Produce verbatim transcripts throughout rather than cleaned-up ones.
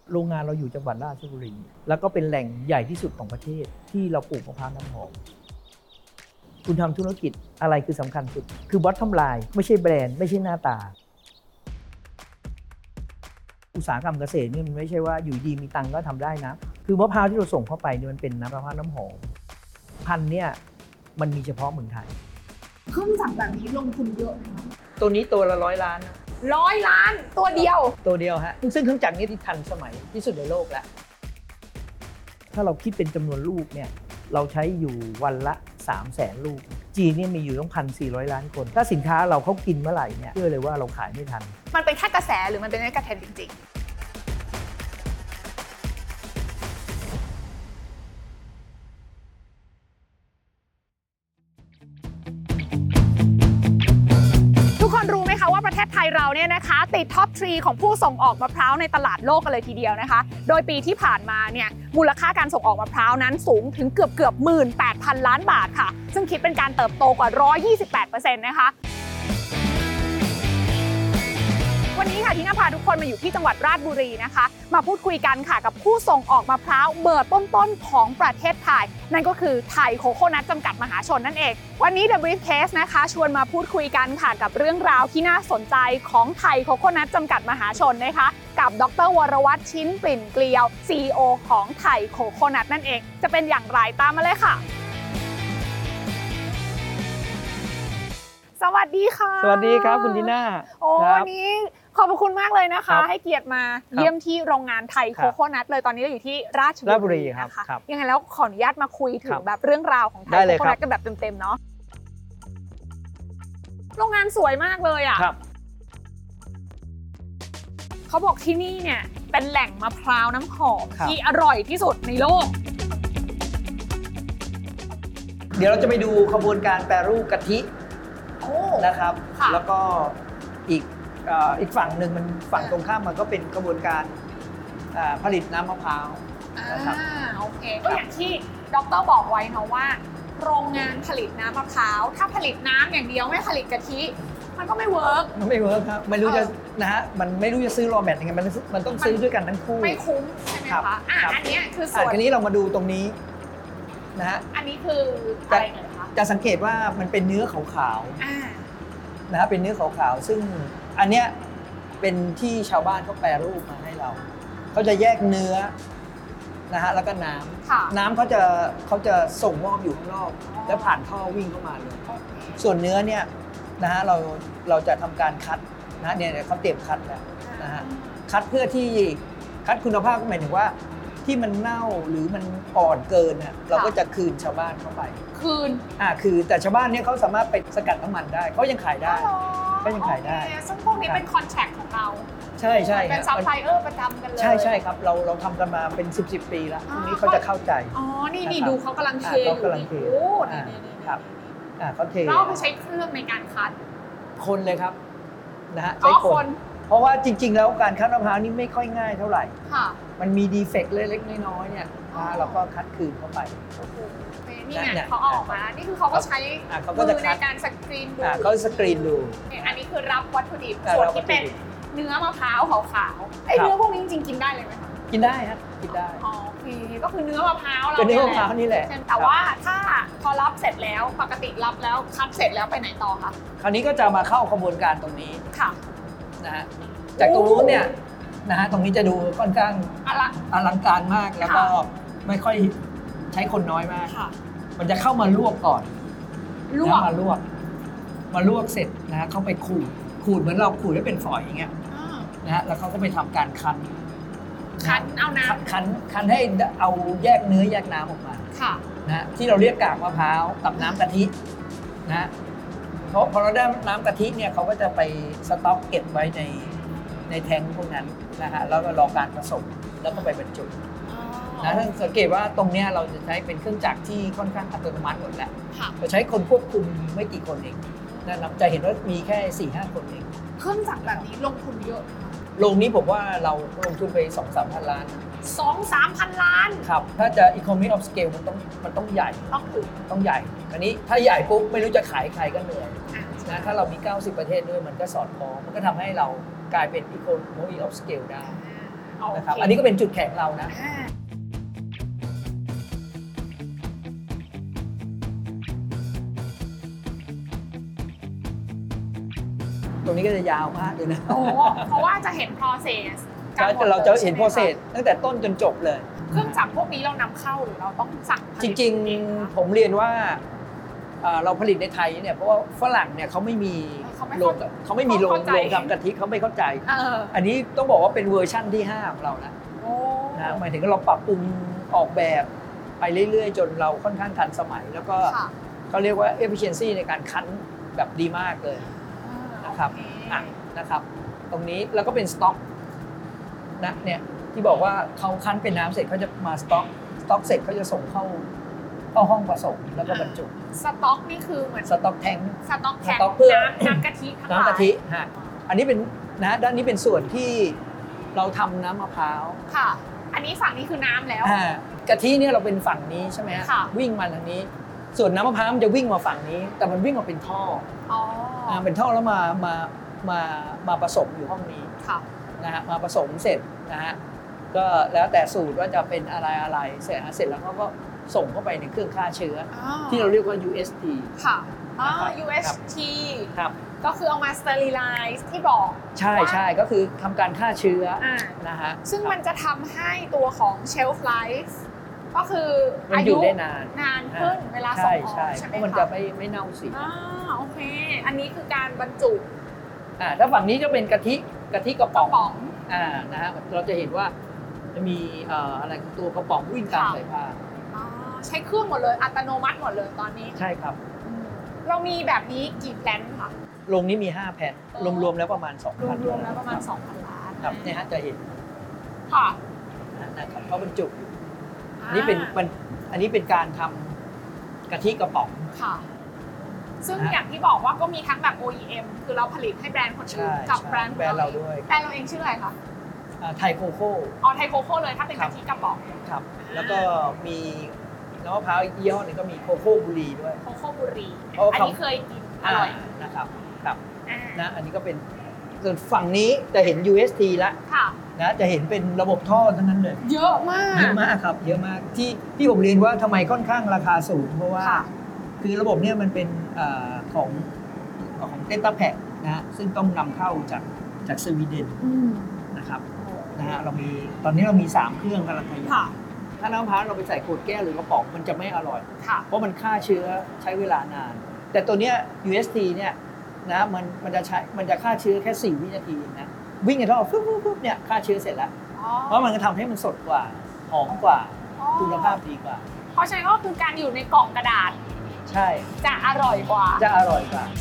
โรงงานเราอยู่จังหวัดราชบุรีแล้วก็เป็นแหล่งใหญ่ที่สุดของประเทศที่เราปลูกมะพร้าวน้ำหอมคุณทำธุรกิจอะไรคือสำคัญสุดคือ bottom line ไม่ใช่แบรนด์ไม่ใช่หน้าตาอุตสาหกรรมเกษตรนี่มันไม่ใช่ว่าอยู่ดีมีตังก็ทำได้นะคือมะพร้าวที่เราส่งเข้าไปนี่มันเป็นน้ำมะพร้าวน้ำหอมพันธุ์เนี่ยมันมีเฉพาะเมืองไทยเครื่องจักรแบบนี้ลงทุนเยอะไหมคะตัวนี้ตัวละร้อยล้านนะร้อยล้านตัวเดียวตัวเดียวฮะซึ่งเครื่องจักรนี้ที่ทันสมัยที่สุดในโลกแล้วถ้าเราคิดเป็นจำนวนลูกเนี่ยเราใช้อยู่วันละสามแสนลูกจีนเนี่ยมีอยู่ต้องพันสี่ร้อยล้านคนถ้าสินค้าเราเขากินเมื่อไหร่เนี่ยเชื่อเลยว่าเราขายไม่ทันมันเป็นแค่กระแสหรือมันเป็นแค่กระเทรนจริงๆรู้ไหมคะว่าประเทศไทยเราเนี่ยนะคะติดท็อปทรีของผู้ส่งออกมะพร้าวในตลาดโลกกันเลยทีเดียวนะคะโดยปีที่ผ่านมาเนี่ยมูลค่าการส่งออกมะพร้าวนั้นสูงถึงเกือบเกือบหมื่นแปดพันล้านบาทค่ะซึ่งคิดเป็นการเติบโตกว่า หนึ่งร้อยยี่สิบแปดเปอร์เซ็นต์ นะคะวันนี้ค่ะที่น่าพาทุกคนมาอยู่ที่จังหวัดราชบุรีนะคะมาพูดคุยกันค่ะกับผู้ส่งออกมะพร้าวเบอร์ต้นๆของประเทศไทยนั่นก็คือไทยโคโคนัทจำกัดมหาชนนั่นเองวันนี้ The Briefcase นะคะชวนมาพูดคุยกันค่ะกับเรื่องราวที่น่าสนใจของไทยโคโคนัทจำกัดมหาชนนะคะกับดร.วรวัฒน์ชิ้นกลิ่นเกลียว ซี อี โอ ของไทยโคโคนัทนั่นเองจะเป็นอย่างไรตามมาเลยค่ะสวัสดีค่ะสวัสดีครับคุณดีน่าโอ้วันนี้ขอบคุณมากเลยนะคะให้เกียรติมาเยี่ยมที่โรงงานไทยโคโคนัทเลยตอนนี้เราอยู่ที่ราชบุรีนะคะยังไงแล้วขออนุญาตมาคุยถึงแบบเรื่องราวของไทยโคโคนัทกันแบบเต็มๆเนาะโรงงานสวยมากเลยอ่ะเขาบอกที่นี่เนี่ยเป็นแหล่งมะพร้าวน้ำหอมที่อร่อยที่สุดในโลกเดี๋ยวเราจะไปดูขบวนการแปรรูปกะทินะครับแล้วก็อีกอีกฝั่งหนึ่งมันฝั่งตรงข้ามมันก็เป็นกระบวนการผลิตน้ำมะพร้าวนะครับโอเคก็อย่างที่ดร.บอกไว้เนาะว่าโรงงานผลิตน้ำมะพร้าวถ้าผลิตน้ำอย่างเดียวไม่ผลิตกะทิมันก็ไม่เวิร์กมันไม่เวิร์กครับไม่รู้จะนะฮะมันไม่รู้จะซื้อรอแมทยังไงมันมันต้องซื้อด้วยกันทั้งคู่ไม่คุ้มใช่ไหมคะอ่ะอันนี้คือส่วนอันนี้เรามาดูตรงนี้นะฮะอันนี้คืออะไรเงี้ยคะจะสังเกตว่ามันเป็นเนื้อขาวๆนะฮะเป็นเนื้อขาวๆซึ่งอันเนี้ยเป็นที่ชาวบ้านเขาแปรรูปมาให้เราเขาจะแยกเนื้อนะฮะแล้วก็น้ำน้ำเขาจะเขาจะส่งมอบอยู่ข้างนอกแล้วผ่านท่อวิ่งเข้ามาเลยส่วนเนื้อเนี่ยนะฮะเราเราจะทำการคัดนะเนี่ยเขาเตรียมคัดแล้วนะฮะคัดเพื่อที่คัดคุณภาพก็หมายถึงว่าที่มันเน่าหรือมันอ่อนเกินเนี่ยเราก็จะคืนชาวบ้านเข้าไปคืนอ่าคือแต่ชาวบ้านเนี่ยเขาสามารถไปสกัดน้ำมันได้เขายังขายได้ก็ยังขายได้ซึ่งพวกนี้เป็นคอนแทคของเราใช่ใช่เป็นซัพพลายเออร์ประจำกันเลยใช่ใช่ครับเราเราทำกันมาเป็นสิบสิบปีแล้วพวกนี้เขาจะเข้าใจอ๋อนี่นี่ดูเขากำลังเทอยู่นี่โอ้นี่นี่ครับอ่าเขาเทเราใช้เครื่องในการคัดคนเลยครับนะฮะใช้คนเพราะว่าจริงๆแล้วการคัดมะพร้าวนี่ไม่ค่อยง่ายเท่าไหร่ค่ะมันมีดีเฟกต์เล็กๆน้อยๆเนี่ยเราก็คัดคืนเข้าไปนี่ไงเขาเอาออกมานี่คือเขาก็ใช้มือในการสกรีนดูเขาสกรีนดูอันนี้คือรับวัตถุดิบส่วนที่เป็นเนื้อมะพร้าวขาวๆไอ้เนื้อพวกนี้จริงๆกินได้เลยไหมคะกินได้ครับกินได้อ๋อโอเคก็คือเนื้อมะพร้าวเราเป็นเนื้อมะพร้าวนี่แหละแต่ว่าถ้าพอรับเสร็จแล้วปกติรับแล้วคัดเสร็จแล้วไปไหนต่อคะคราวนี้ก็จะมาเข้ากระบวนการตรงนี้ค่ะนะฮะจากตรงนู้นเนี่ยนะฮะตรงนี้จะดูค่อนข้างอลังการมากแล้วก็ไม่ค่อยใช้คนน้อยมากมันจะเข้ามาลวกก่อนลวกมาลวกมาลวกเสร็จนะฮะเข้าไปขูดขูดเหมือนเราขูดให้เป็นฝอยอย่างเงี้ยนะฮะแล้วเขาก็ไปทำการคั้นคั้นเอาน้ำคั้นคั้นให้เอาแยกเนื้อแยกน้ำออกมาค่ะนะที่เราเรียกกากมะพร้าวกับน้ำกะทินะเพราะพอเราได้น้ำกะทิเนี่ยเขาก็จะไปสต็อกเก็บไว้ในในแทงพวกนั้นนะฮะแล้วก็รอการผสมแล้วก็ไปบรรจุนะถ้าสังเกตว่าตรงนี้เราจะใช้เป็นเครื่องจักรที่ค่อนข้างอัตโนมัติหมดแล้วเราใช้คนควบคุมไม่กี่คนเองนะจะเห็นว่ามีแค่ สี่ห้า คนเองเครื่องจักรแบบนี้ลงทุนเยอะโรงนี้ผมว่าเราลงทุนไป สองถึงสาม พันล้านสองถึงสาม พันล้านครับถ้าจะ economy of scale มันต้องมันต้องใหญ่ต้องถึงต้องใหญ่คราวนี้ถ้าใหญ่ปุ๊บไม่รู้จะขายใครก็เหนื่อยนะถ้าเรามีเก้าสิบประเทศด้วยมันก็สอดคล้องมันก็ทำให้เรากลายเป็น economy of scale ได้นะครับอันนี้ก็เป็นจุดแข็งเรานะตรงนี้ก็จะยาวมากเลยนะโอ้เพราะว่าจะเห็น process เราจะเห็น process ตั้งแต่ต้นจนจบเลยเครื่องจักรพวกนี้เรานำเข้าหรือเราต้องสั่งจริงๆผมเรียนว่าเราผลิตในไทยเนี่ยเพราะว่าฝรั่งเนี่ยเขาไม่มีโรงเขาไม่มีโรงโรงทำกะทิเขาไม่เข้าใจอันนี้ต้องบอกว่าเป็นเวอร์ชั่นที่ห้าของเรานะนะหมายถึงเราปรับปรุงออกแบบไปเรื่อยๆจนเราค่อนข้างทันสมัยแล้วก็เขาเรียกว่า efficiency ในการคั้นแบบดีมากเลยนะครับนะครับตรงนี้แล้วก็เป็นสต็อกนะเนี่ยที่บอกว่าเขาคั้นเป็นน้ำเสร็จเขาจะมาสต็อกสต็อกเสร็จเขาจะส่งเข้าเข้าห้องผสมแล้วก็บรรจุสต็อกนี่คือเหมือนสต็อกแทงสต็อกแทงเพื่อน้ำกะทิน้ำกะทิฮะอันนี้เป็นนะด้านนี้เป็นส่วนที่เราทำน้ำมะพร้าวค่ะอันนี้ฝั่งนี้คือน้ำแล้วกะทิเนี่ยเราเป็นฝั่งนี้ใช่ไหมฮะวิ่งมาทางนี้ส่วนน้ำมะพร้าวมันจะวิ่งมาฝั่งนี้แต่มันวิ่งมาเป็นท่ออ๋อเป็นท่อแล้วมามามามาผสมอยู่ห้องนี้นะฮะมาผสมเสร็จนะฮะก็แล้วแต่สูตรว่าจะเป็นอะไรอะไรเสร็จเสร็จแล้วเขาก็ส่งเข้าไปในเครื่องฆ่าเชื้อที่เราเรียกว่า ยู เอส ทีค่ะอ๋อ ยู เอส ที ครับก็คือเอามา sterilize ที่บอกใช่ใช่ก็คือทำการฆ่าเชื้อนะฮะซึ่งมันจะทำให้ตัวของ shelf life ก็คืออายุได้นานนานขึ้นเวลาส่งออกใช่ไหมคะเพราะมันจะไม่ไม่เน่าเสียอ่าโอเคอันนี้คือการบรรจุอ่าถ้าฝั่งนี้จะเป็นกะทิกะทิกระป๋องอ่านะฮะเราจะเห็นว่าจะมีอะไรตัวกระป๋องวิ่งตามสายพานใช้เครื่องหมดเลยอัตโนมัติหมดเลยตอนนี้ใช่ครับเรามีแบบนี้กี่แผ่นค่ะโรงนี้มีห้าแผ่นรวมๆแล้วประมาณ สองพันรวมๆแล้วประมาณ สองพัน ล้านครับเนี่ยฮะจะเห็นค่ะนะครับเขาบรรจุอยู่นี่เป็นอันนี้เป็นการทำกะทิกระป๋องค่ะซึ่งอย่างที่บอกว่าก็มีทั้งแบบ โอ อี เอ็ม คือเราผลิตให้แบรนด์คนอื่นกับแบรนด์เราด้วยแบรนด์เราเองชื่ออะไรคะไทยโคโค่อ๋อไทยโคโค่เลยถ้าเป็นกะทิกระป๋องครับแล้วก็มีน้ำมะพร้าวยี่ห้อนึงก็มีโคโค่บุรีด้วยโคโค่บุรีอันนี้เคยกินอร่อยนะครับครับนะอันนี้ก็เป็นส่วนฝั่งนี้จะเห็น ยู เอส ที แล้วนะจะเห็นเป็นระบบท่อทั้งนั้นเลยเยอะมากเยอะมากครับเยอะมากที่ที่ผมเรียนว่าทำไมค่อนข้างราคาสูงเพราะว่าคือระบบเนี้ยมันเป็นของของเตต้าแพ็คนะซึ่งต้องนำเข้าจากจากสวีเดนนะครับนะฮะเรามีตอนนี้เรามีสามเครื่องกำลังทยอยถ้าน้ำมะพร้าวเราไปใส่ขวดแก้วหรือกระป๋องมันจะไม่อร่อยเพราะมันฆ่าเชื้อใช้เวลานานแต่ตัวเนี้ย ยู เอส ที เนี่ยนะมันมันจะใช้มันจะฆ่าเชื้อแค่สี่วินาทีนะวิ่งกันท่อฟึ๊บฟึ๊บฟึ๊บเนี่ยฆ่าเชื้อเสร็จแล้วเพราะมันจะทำให้มันสดกว่าหอมกว่าคุณภาพดีกว่าเพราะฉะนั้นก็คือการอยู่ในกล่องกระดาษใช่จะอร่อยกว่าจะอร่อยกว่า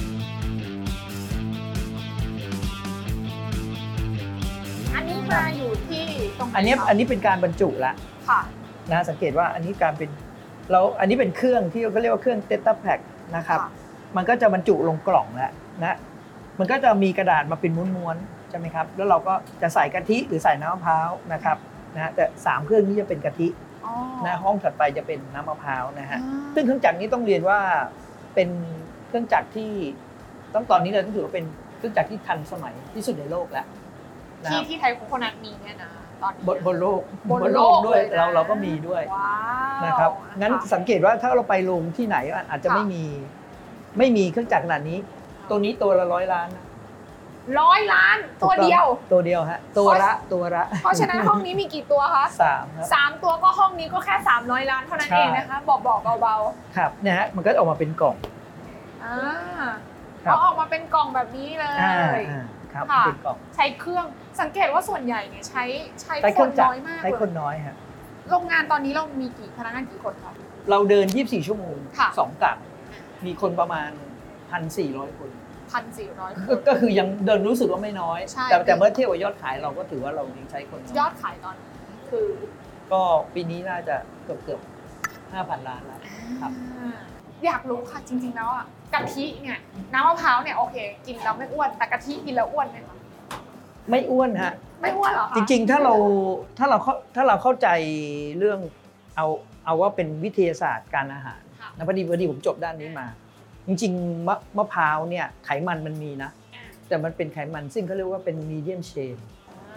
อันนี้มาอยู่ที่ตรงอันนี้อันนี้เป็นการบรรจุละค่ะนะสังเกตว่าอันนี้การเป็นเราอันนี้เป็นเครื่องที่เขาเรียกว่าเครื่องเตต้าแพ็คนะครับมันก็จะบรรจุลงกล่องแล้วนะมันก็จะมีกระดาษมาเป็นม้วนๆใช่ไหมครับแล้วเราก็จะใส่กะทิหรือใส่น้ำมะพร้าวนะครับนะแต่สามเครื่องนี้จะเป็นกะทินะห้องถัดไปจะเป็นน้ำมะพร้าวนะฮะซึ่งเครื่องจักรนี้ต้องเรียนว่าเป็นเครื่องจักรที่ต้องตอนนี้เราต้องถือว่าเป็นเครื่องจักรที่ทันสมัยที่สุดในโลกแล้วที่ที่ไทยโคโคนัทมีเนี่ยนะตอนนี้บนโลกบนโลกด้วยเราเราก็มีด้วยนะครับงั้นสังเกตว่าถ้าเราไปโรงที่ไหนอาจจะไม่มีไม่มีเครื่องจักรขนาดนี้ตัวนี้ตัวละร้อยล้านนะร้อยล้านตัวเดียวตัวเดียวฮะตัวละตัวละเพราะฉะนั้นห้องนี้มีกี่ตัวคะสามครับสามตัวก็ห้องนี้ก็แค่สามร้อยล้านเท่านั้นเองนะคะบอกบอกเบาๆครับเนี่ยฮะมันก็ออกมาเป็นกล่องอ่าพอออกมาเป็นกล่องแบบนี้เลยครับเป็นกล่องใช้เครื่องสังเกตว่าส่วนใหญ่เนี่ยใช้ใช้คนน้อยมากใช้คนน้อยฮะโรงงานตอนนี้เรามีกี่พนักงานกี่คนคะเราเดินยี่สิบสี่ชั่วโมงสองกะมีคนประมาณ หนึ่งพันสี่ร้อย คนหนึ่งพันสี่ร้อย คนก็คือยังเดินรู้สึกว่าไม่น้อยแต่แต่เมื่อเทียบกับยอดขายเราก็ถือว่าเรายังใช้คนยอดขายตอนนี้คือก็ปีนี้น่าจะเกือบเกือบห้าพันล้านแล้วครับอยากรู้ค่ะจริงๆแล้วอ่ะกะทิเนี่ยน้ำมะพร้าวเนี่ยโอเคกินแล้วไม่อ้วนแต่กะทิกินแล้วอ้วนไหมคะไม่อ้วนฮะไม่อ้วนหรอจริงๆถ้าเราถ้าเราถ้าเราเข้าใจเรื่องเอาเอาว่าเป็นวิทยาศาสตร์การอาหารนะพอดีพอดีผมจบด้านนี้มาจริงๆมะมะพร้าวเนี่ยไขมันมันมีนะแต่มันเป็นไขมันซึ่งเขาเรียกว่าเป็นมีเดียมเชนคื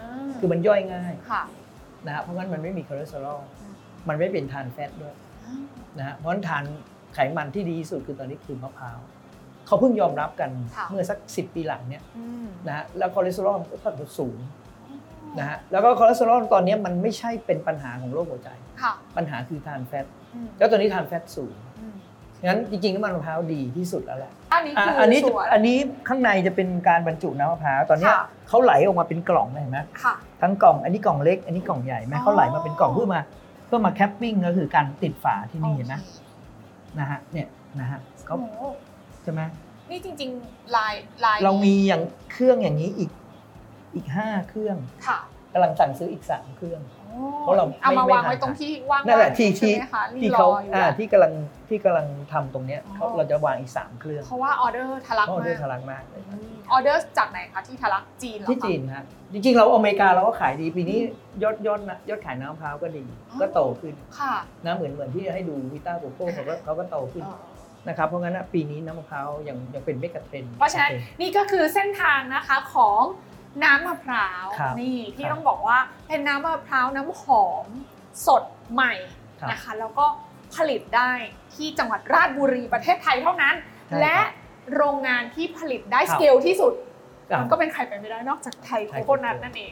คือมันย่อยง่ายค่ะนะฮะเพราะงั้นมันไม่มีคอเลสเตอรอลมันไม่เป็นทานแฟตด้วยนะฮะเพราะฉะนั้นทานไขมันที่ดีที่สุดคือตอนนี้คือมะพร้าวเขาเพิ่งยอมรับกันเมื่อสักสิบปีหลังเนี่ยนะฮะแล้วคอเลสเตอรอลก็ค่อนข้างสูงนะฮะแล้วก็คอเลสเตอรอลตอนนี้มันไม่ใช่เป็นปัญหาของโรคหัวใจปัญหาคือทานแฟตแล้วตอนนี้ทานแฟตสูงงั้นจริงๆน้ำมันมะพร้าวดีที่สุดแล้วแหละอันนี้คืออันนี้อันนี้ข้างในจะเป็นการบรรจุน้ำมะพร้าวตอนนี้เขาไหลออกมาเป็นกล่องเห็นไหมทั้งกล่องอันนี้กล่องเล็กอันนี้กล่องใหญ่ไหมเขาไหลมาเป็นกล่องเพื่อมาเพื่อมาแคปปิ้งก็คือการติดฝาที่นี่เห็นไหมนะฮะเนี่ยนะฮะเขาใช่ไหมนี่จริงๆลายลายเรามีอย่างเครื่องอย่างนี้อีกอีกห้าเครื่องกำลังสั่งซื้ออีกสามเครื่องเพราะเราเอามาวางไว้ตรงที่ว่างนั่นแหละที่ที่ที่เขาที่กำลังที่กำลังทำตรงเนี้ยเราจะวางอีกสามเครื่องเพราะว่าออเดอร์ทะลักมากออเดอร์ทะลักมากเลยออเดอร์จากไหนคะที่ทะลักจีนเหรอที่จีนฮะจริงๆเราอเมริกาเราก็ขายดีปีนี้ยอดยอดนะยอดขายน้ำมะพร้าวก็ดีก็โตขึ้นนะเหมือนเหมือนที่ให้ดูวิต้าโกโก้เขาก็เขาก็โตขึ้นนะครับเพราะงั้นปีนี้น้ำมะพร้าวยังยังเป็นเมกะเทรนด์เพราะฉะนั้นนี่ก็คือเส้นทางนะคะของน้ำมะพร้าวนี่ที่ต้องบอกว่าเป็นน้ำมะพร้าวน้ำหอมสดใหม่นะคะแล้วก็ผลิตได้ที่จังหวัดราชบุรีประเทศไทยเท่านั้นและโรงงานที่ผลิตได้สเกลที่สุดมันก็เป็นใครไปไม่ได้นอกจากไทยโคโคนัทนั่นเอง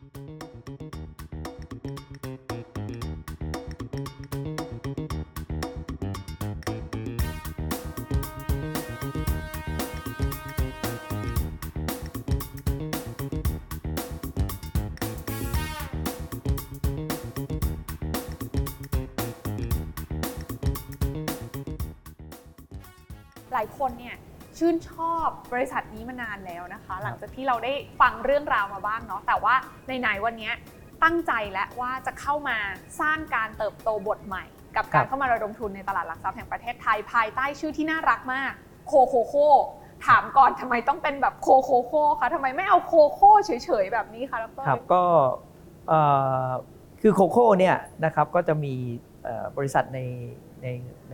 หลายคนเนี่ยชื่นชอบบริษัทนี้มานานแล้วนะคะหลังจากที่เราได้ฟังเรื่องราวมาบ้างเนาะแต่ว่าในไหนวันนี้ตั้งใจและว่าจะเข้ามาสร้างการเติบโตบทใหม่กับการเข้ามาระดมทุนในตลาดหลักทรัพย์แห่งประเทศไทยภายใต้ชื่อที่น่ารักมากโคโคโค่ถามก่อนทำไมต้องเป็นแบบโคโคโค่คะทำไมไม่เอาโคโค่เฉยๆแบบนี้คะดร. ครับก็คือโคโค่เนี่ยนะครับก็จะมีบริษัทในในใน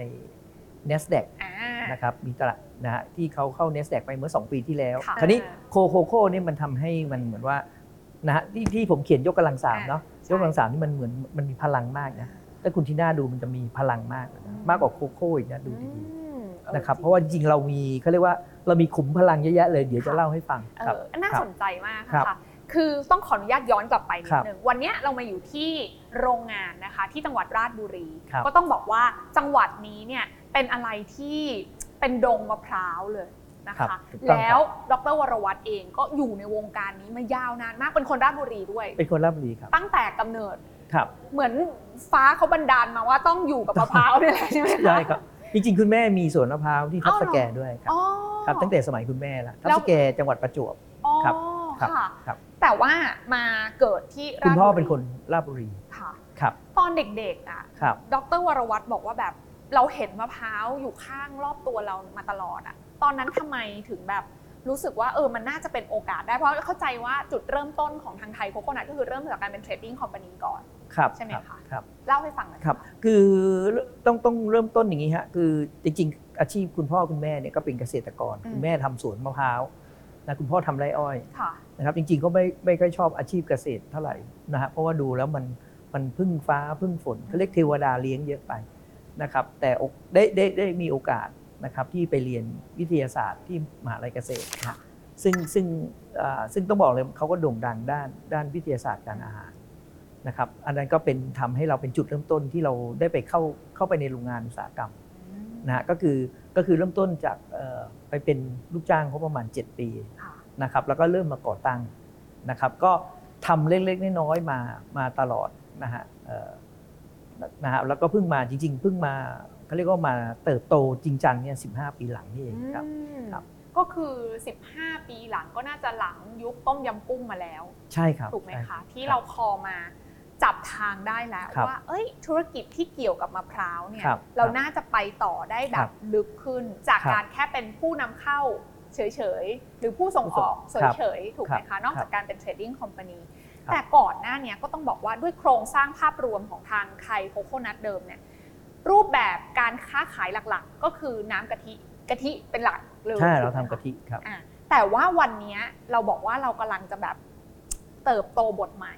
NASDAQ นะครับมีตลาดนะฮะที่เขาเข้า NASDAQ ไปเมื่อสองปีที่แล้วคราวนี้โคโคโค่นี่มันทำให้มันเหมือนว่านะฮะที่ที่ผมเขียนยกกำลังสามเนาะยกกำลังสามนี่มันเหมือนมันมีพลังมากนะถ้าคุณทีน่าดูมันจะมีพลังมากมากกว่าโคโค่อีกนะดูดีๆนะครับเพราะว่าจริงเรามีเขาเรียกว่าเรามีขุมพลังเยอะแยะเลยเดี๋ยวจะเล่าให้ฟังครับน่าสนใจมากค่ะคือต้องขออนุญาตย้อนกลับไปนิดนึงวันนี้เรามาอยู่ที่โรงงานนะคะที่จังหวัดราชบุรีก็ต้องบอกว่าจังหวัดนี้เนี่ยเป็นอะไรที่เป็นดงมะพร้าวเลยนะคะแล้วดร.วรวัฒน์เองก็อยู่ในวงการนี้มายาวนานมากเป็นคนราชบุรีด้วยเป็นคนราชบุรีครับตั้งแต่กำเนิดครับเหมือนฟ้าเขาบันดาลมาว่าต้องอยู่กับมะพร้าวนี่แหละใช่ไหมคะใช่ครับจริงๆคุณแม่มีสวนมะพร้าวที่ทับสแกด้วยครับครับตั้งแต่สมัยคุณแม่แล้วทับสแกจังหวัดประจวบครับครับแต่ว่ามาเกิดที่คุณพ่อเป็นคนราชบุรีค่ะครับตอนเด็กๆอ่ะดร.วรวัฒน์บอกว่าแบบเราเห็นมะพร้าวอยู่ข้างรอบตัวเรามาตลอดอ่ะตอนนั้นทำไมถึงแบบรู้สึกว่าเออมันน่าจะเป็นโอกาสได้เพราะเข้าใจว่าจุดเริ่มต้นของทางไทยโคโคนัทก็คือเริ่มจากการเป็นเทรดดิ้งคอมพานีก่อนใช่ไหมคะครับเล่าให้ฟังหน่อยครับคือต้องต้องเริ่มต้นอย่างนี้ฮะคือจริงๆอาชีพคุณพ่อคุณแม่เนี่ยก็เป็นเกษตรกรคุณแม่ทำสวนมะพร้าวนะคุณพ่อทำไร่อ้อยนะครับจริงๆก็ไม่ไม่ค่อยชอบอาชีพเกษตรเท่าไหร่นะฮะเพราะว่าดูแล้วมันมันพึ่งฟ้าพึ่งฝนเขาเรียกเทวดาเลี้ยงเยอะไปนะครับแต่ได้ได้ได้มีโอกาสนะครับที่ไปเรียนวิทยาศาสตร์ที่มหาลัยเกษตรซึ่งซึ่งซึ่งต้องบอกเลยเขาก็โด่งดังด้านด้านวิทยาศาสตร์การอาหารนะครับอันนั้นก็เป็นทำให้เราเป็นจุดเริ่มต้นที่เราได้ไปเข้าเข้าไปในโรงงานอุตสาหกรรมนะฮะก็คือก็คือเริ่มต้นจากไปเป็นลูกจ้างเขาประมาณเจ็ดปีนะครับแล้วก็เริ่มมาก่อตั้งนะครับก็ทำเล็กๆน้อยๆมามาตลอดนะฮะนะฮะแล้วก็เพิ่งมาจริงๆเพิ่งมาเขาเรียกว่ามาเติบโตจริงจังเนี่ยสิบห้าปีหลังนี่เองครับครับก็คือสิบห้าปีหลังก็น่าจะหลังยุคต้มยำกุ้งมาแล้วใช่ครับถูกไหมคะที่เราพอมาจับทางได้แล้วว่าเอ้ยธุรกิจที่เกี่ยวกับมะพร้าวเนี่ยเราน่าจะไปต่อได้แบบลึกขึ้นจากการแค่เป็นผู้นำเข้าเฉยๆหรือผู้ส่งออกเฉยๆถูกไหมคะนอกจากการเป็นเทรดดิ้งคอมพานีแต่ก่อนหน้านี้ก็ต้องบอกว่าด้วยโครงสร้างภาพรวมของทางไทยโคโคนัทเดิมเนี่ยรูปแบบการค้าขายหลักๆก็คือน้ำกะทิกะทิเป็นหลักเลยใช่เราทำกะทิครับแต่ว่าวันนี้เราบอกว่าเรากำลังจะแบบเติบโตบทใหม่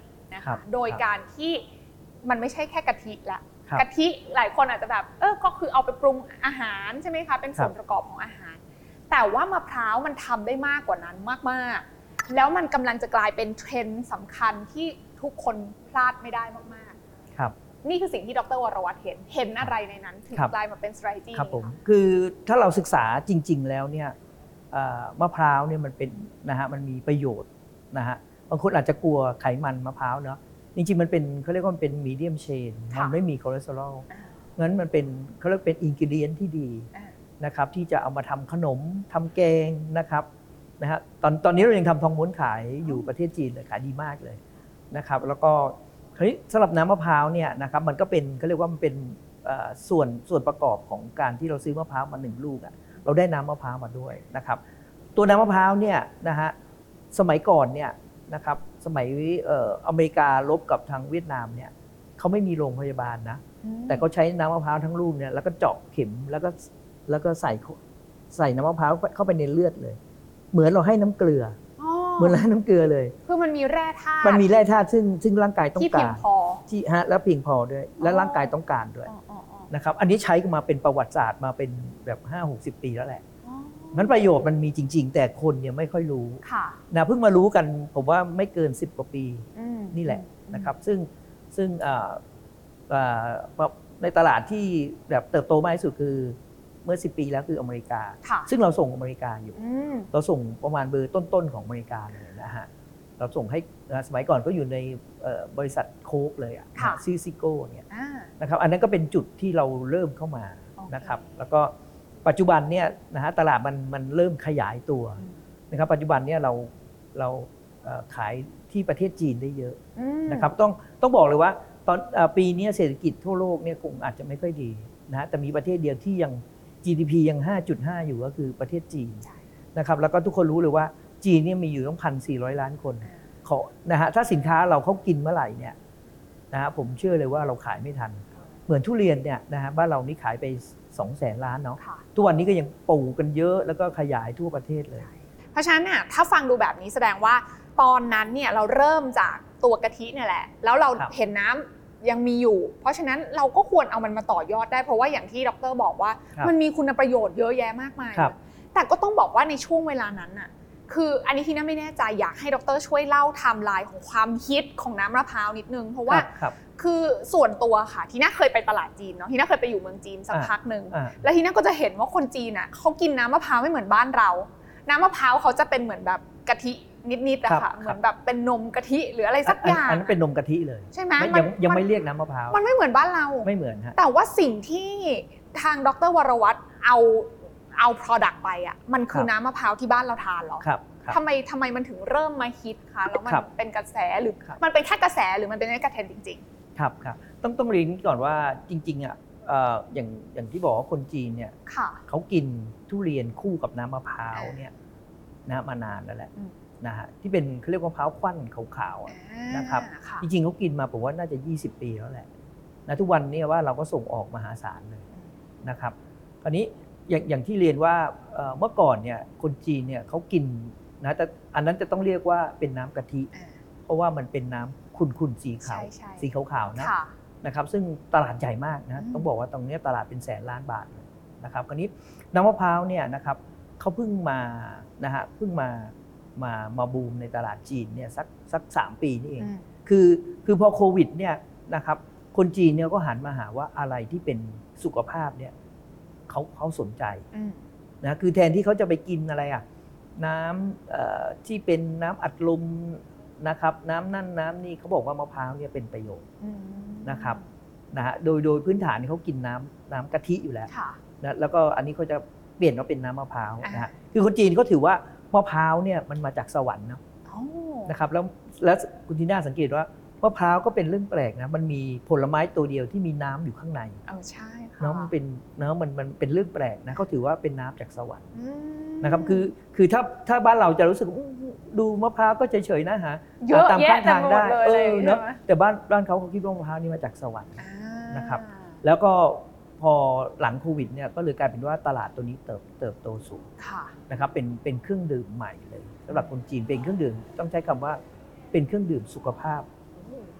ค่ะโดยการที่มันไม่ใช่แค่กะทิละครับกะทิหลายคนอาจจะแบบเออก็คือเอาไปปรุงอาหารใช่ไหมคะเป็นส่วนประกอบของอาหารแต่ว่ามะพร้าวมันทำได้มากกว่านั้นมากๆแล้วมันกำลังจะกลายเป็นเทรนด์สำคัญที่ทุกคนพลาดไม่ได้มากครับๆนี่คือสิ่งที่ดรวรวัฒน์เห็นเห็นอะไรในนั้นถึงครับกลายมาเป็น strategy ครับผมนี้ะคือถ้าเราศึกษาจริง ๆ แล้วเนี่ยเอ่อมะพร้าวเนี่ยมันเป็นนะฮะมันมีประโยชน์นะฮะบางคนอาจจะกลัวไขมันมะพร้าวเนาะจริงๆมันเป็นเขาเรียกว่ามันเป็นมีเดียมเชนมันไม่มีคอเลสเตอรอลอ่างั้นมันเป็นเขาเรียกเป็นอินกิเดียนที่ดีอ่านะครับที่จะเอามาทำขนมทำแกงนะครับนะฮะตอนตอนนี้เรายังทำทองม้วนขายอยู่ประเทศจีนเลยขายดีมากเลยนะครับแล้วก็คราวนี้สำหรับน้ำมะพร้าวเนี่ยนะครับมันก็เป็นเขาเรียกว่ามันเป็นเอ่อส่วนส่วนประกอบของการที่เราซื้อมะพร้าวมาหนึ่งลูกอ่ะเราได้น้ำมะพร้าวมาด้วยนะครับตัวน้ำมะพร้าวเนี่ยนะฮะสมัยก่อนเนี่ยนะครับสมัยเอ่ออเมริการบกับทางเวียดนามเนี่ยเขาไม่มีโรงพยาบาลนะแต่เขาใช้น้ำมะพร้าวทั้งลูกเนี่ยแล้วก็เจาะเข็มแล้วก็แล้วก็ใส่ใส่น้ำมะพร้าวเข้าไปในเลือดเลยเหมือนเราให้น้ำเกลือเหมือนเราให้น้ำเกลือเลยคือมันมีแร่ธาตุมันมีแร่ธาตุซึ่งซึ่งร่างกายต้องที่กาเพียงรพอที่ฮะแล้วเพียงพอด้วยและร่างกายต้องการด้วยอ๋ออ๋ออ๋อนะครับอันนี้ใช้กันมาเป็นประวัติศาสตร์มาเป็นแบบ ห้าหกสิบ ปีแล้วแหละอ๋องั้นประโยชน์มันมีจริง ๆ แต่คนเนี่ยไม่ค่อยรู้ค่ะนะเพิ่งมารู้กันผมว่าไม่เกินสิบกว่าปีอืมนี่แหละอืมนะครับซึ่งซึ่งเอ่อเอ่อในตลาดที่แบบเติบโตมากที่สุดคือเมื่อสิบปีแล้วคืออเมริกาค่ะซึ่งเราส่งอเมริกาอยู่อืมเราส่งประมาณเบอร์ต้นๆของอเมริกาเลยนะฮะเราส่งให้นะสมัยก่อนก็อยู่ในเอ่อบริษัทโค้กเลยอะค่ะชื่อซิโก้เนี่ยอ่านะครับอันนั้นก็เป็นจุดที่เราเริ่มเข้ามาโอเคนะครับแล้วก็ปัจจุบันเนี่ยนะฮะตลาดมันมันเริ่มขยายตัวอืมนะครับปัจจุบันเนี่ยเราเราเอ่อขายที่ประเทศจีนได้เยอะอืมนะครับต้องต้องบอกเลยว่าตอนเอ่อปีนี้เศรษฐกิจทั่วโลกเนี่ยคงอาจจะไม่ค่อยดีนะฮะแต่มีประเทศเดียวที่ยัง จี ดี พี ยัง ห้าจุดห้า อยู่ก็คือประเทศจีนใช่นะครับแล้วก็ทุกคนรู้เลยว่าจีนเนี่ยมีอยู่ต้องพันสี่ร้อยล้านคนอ่าขอนะฮะถ้าสินค้าเราเขากินเมื่อไหร่เนี่ยนะฮะผมเชื่อเลยว่าเราขายไม่ทัน เหมือนทุเรียนเนี่ยนะฮะบ้านเรานี่ขายไปสองแสนล้านเนาะค่ะทุกวันนี้ก็ยังปลูกกันเยอะแล้วก็ขยายทั่วประเทศเลยเพราะฉะนั้นเนี่ยถ้าฟังดูแบบนี้แสดงว่าตอนนั้นเนี่ยเราเริ่มจากตัวกะทิเนี่ยแหละแล้วเราครับเห็นน้ำยังมีอยู่ เพราะฉะนั้นเราก็ควรเอามันมาต่อยอดได้เพราะว่าอย่างที่ดรบอกว่าครับมันมีคุณประโยชน์เยอะแยะมากมายครับแต่ก็ต้องบอกว่าในช่วงเวลานั้นน่ะคืออันนี้ที่น่าไม่แน่ใจอยากให้ดรช่วยเล่าไทม์ไลน์ของความฮิตของน้ำมะพร้าวนิดนึงเพราะว่าครับครับคือส่วนตัวค่ะที่น่าเคยไปตลาดจีนเนาะที่น่าเคยไปอยู่เมืองจีนสักอ่าพักหนึ่งอ่าแล้วที่น่าก็จะเห็นว่าคนจีนอ่ะเขากินน้ำมะพร้าวไม่เหมือนบ้านเรา น้ำมะพร้าวเขาจะเป็นเหมือนแบบกะทินิดๆอะครัค่ะบเหมือนแบบเป็นนมกะทิหรืออะไรสักอย่างอันนั้นเป็นนมกะทิเลยใช่ไหมไม่มัยันงยังมันไม่เรียกน้ำมะพร้าวมันไม่เหมือนบ้านเราไม่เหมือนฮะแต่ว่าสิ่งที่ทางดรวรวัฒน์เอาเอา product ไปอ่ะมันคือครับน้ำมะพร้าวที่บ้านเราทานเหรอครับครับทำไมทำไมมันถึงเริ่มมาฮิตคะแล้วมันครับเป็นกระแสหรือครับมันเป็นแค่กระแสหรือมันเป็นแค่กระเทรนด์จริงครับครับต้องต้องเรียนก่อนว่าจริงๆอ่ะเอ่ออย่างอย่างที่บอกว่าคนจีนเนี่ยๆ ค่ะเขากินทุเรียนคู่กับน้ำมะพร้าวเนี่ยนะมานานแล้วแหละอืมนะฮะที่เป็นเขาเรียกว่ามะพร้าวควันขาวๆอะ นะครับค่ะจริงๆเขากินมาผมว่าน่าจะยี่สิบปีแล้วแหละนะทุกวันนี้ว่าเราก็ส่งออกมหาศาลเลยนะครับคราวนี้อย่างอย่างที่เรียนว่าเอ่อเมื่อก่อนเนี่ยคนจีนเนี่ยเขากินนะแต่อันนั้นจะต้องเรียกว่าเป็นน้ำกะทิอ่าเพราะว่ามันเป็นน้ำขุ่นๆสีขาวใช่ใช่สีขาวๆนะค่ะนะครับซึ่งตลาดใหญ่มากนะอืมต้องบอกว่าตรงเนี้ยตลาดเป็นแสนล้านบาทเลยนะครับคราวนี้น้ำมะพร้าวเนี่ยนะครับเขาเพิ่งมานะฮะเพิ่งมามามาบูมในตลาดจีนเนี่ยสักสักสามปีนี่เองอืมคือคือพอโควิดเนี่ยนะครับคนจีนเนี่ยก็หันมาหาว่าอะไรที่เป็นสุขภาพเนี่ยเขาเขาสนใจอืมนะคือแทนที่เขาจะไปกินอะไรอ่ะน้ำเอ่อที่เป็นน้ำอัดลมนะครับน้ำนั่นน้ำนี่เขาบอกว่ามะพร้าวเนี่ยเป็นประโยชน์อืมนะครับนะฮะโดยโดยพื้นฐานเขากินน้ำน้ำกะทิอยู่แล้วค่ะนะแล้วก็อันนี้เขาจะเปลี่ยนมาเป็นน้ำมะพร้าวอ่านนะฮะคือคนจีนเขาถือว่ามะพร้าวเนี่ยมันมาจากสวรรค์เนาะโอ้นะครับแล้วแล้วคุณทีน่าสังเกตว่ามะพร้าวก็เป็นเรื่องแปลกนะมันมีผลไม้ตัวเดียวที่มีน้ำอยู่ข้างในเออใช่ค่ะเนาะมันเป็นเนาะมันมันเป็นเรื่องแปลกนะเขาถือว่าเป็นน้ำจากสวรรค์อืมนะครับคือคือถ้าถ้าบ้านเราจะรู้สึกอื้อดูมะพร้าวก็เฉยๆนะฮะเยอะตามแยะข้างทางได้เต็มไปหมดเลยเออะไรออย่างงี้เนาะใช่ไหมแต่บ้านบ้านเขาเขาคิดว่ามะพร้าวนี่มาจากสวรรค์อ่านะครับ แล้วก็พอหลังโควิดเนี่ยก็เลยกลายเป็นว่าตลาดตัวนี้เติบเติบโตสูงค่ะนะครับเป็นเป็นเครื่องดื่มใหม่เลยสำหรับคนจีนเป็นเครื่องดื่มต้องใช้คำว่าเป็นเครื่องดื่มสุขภาพ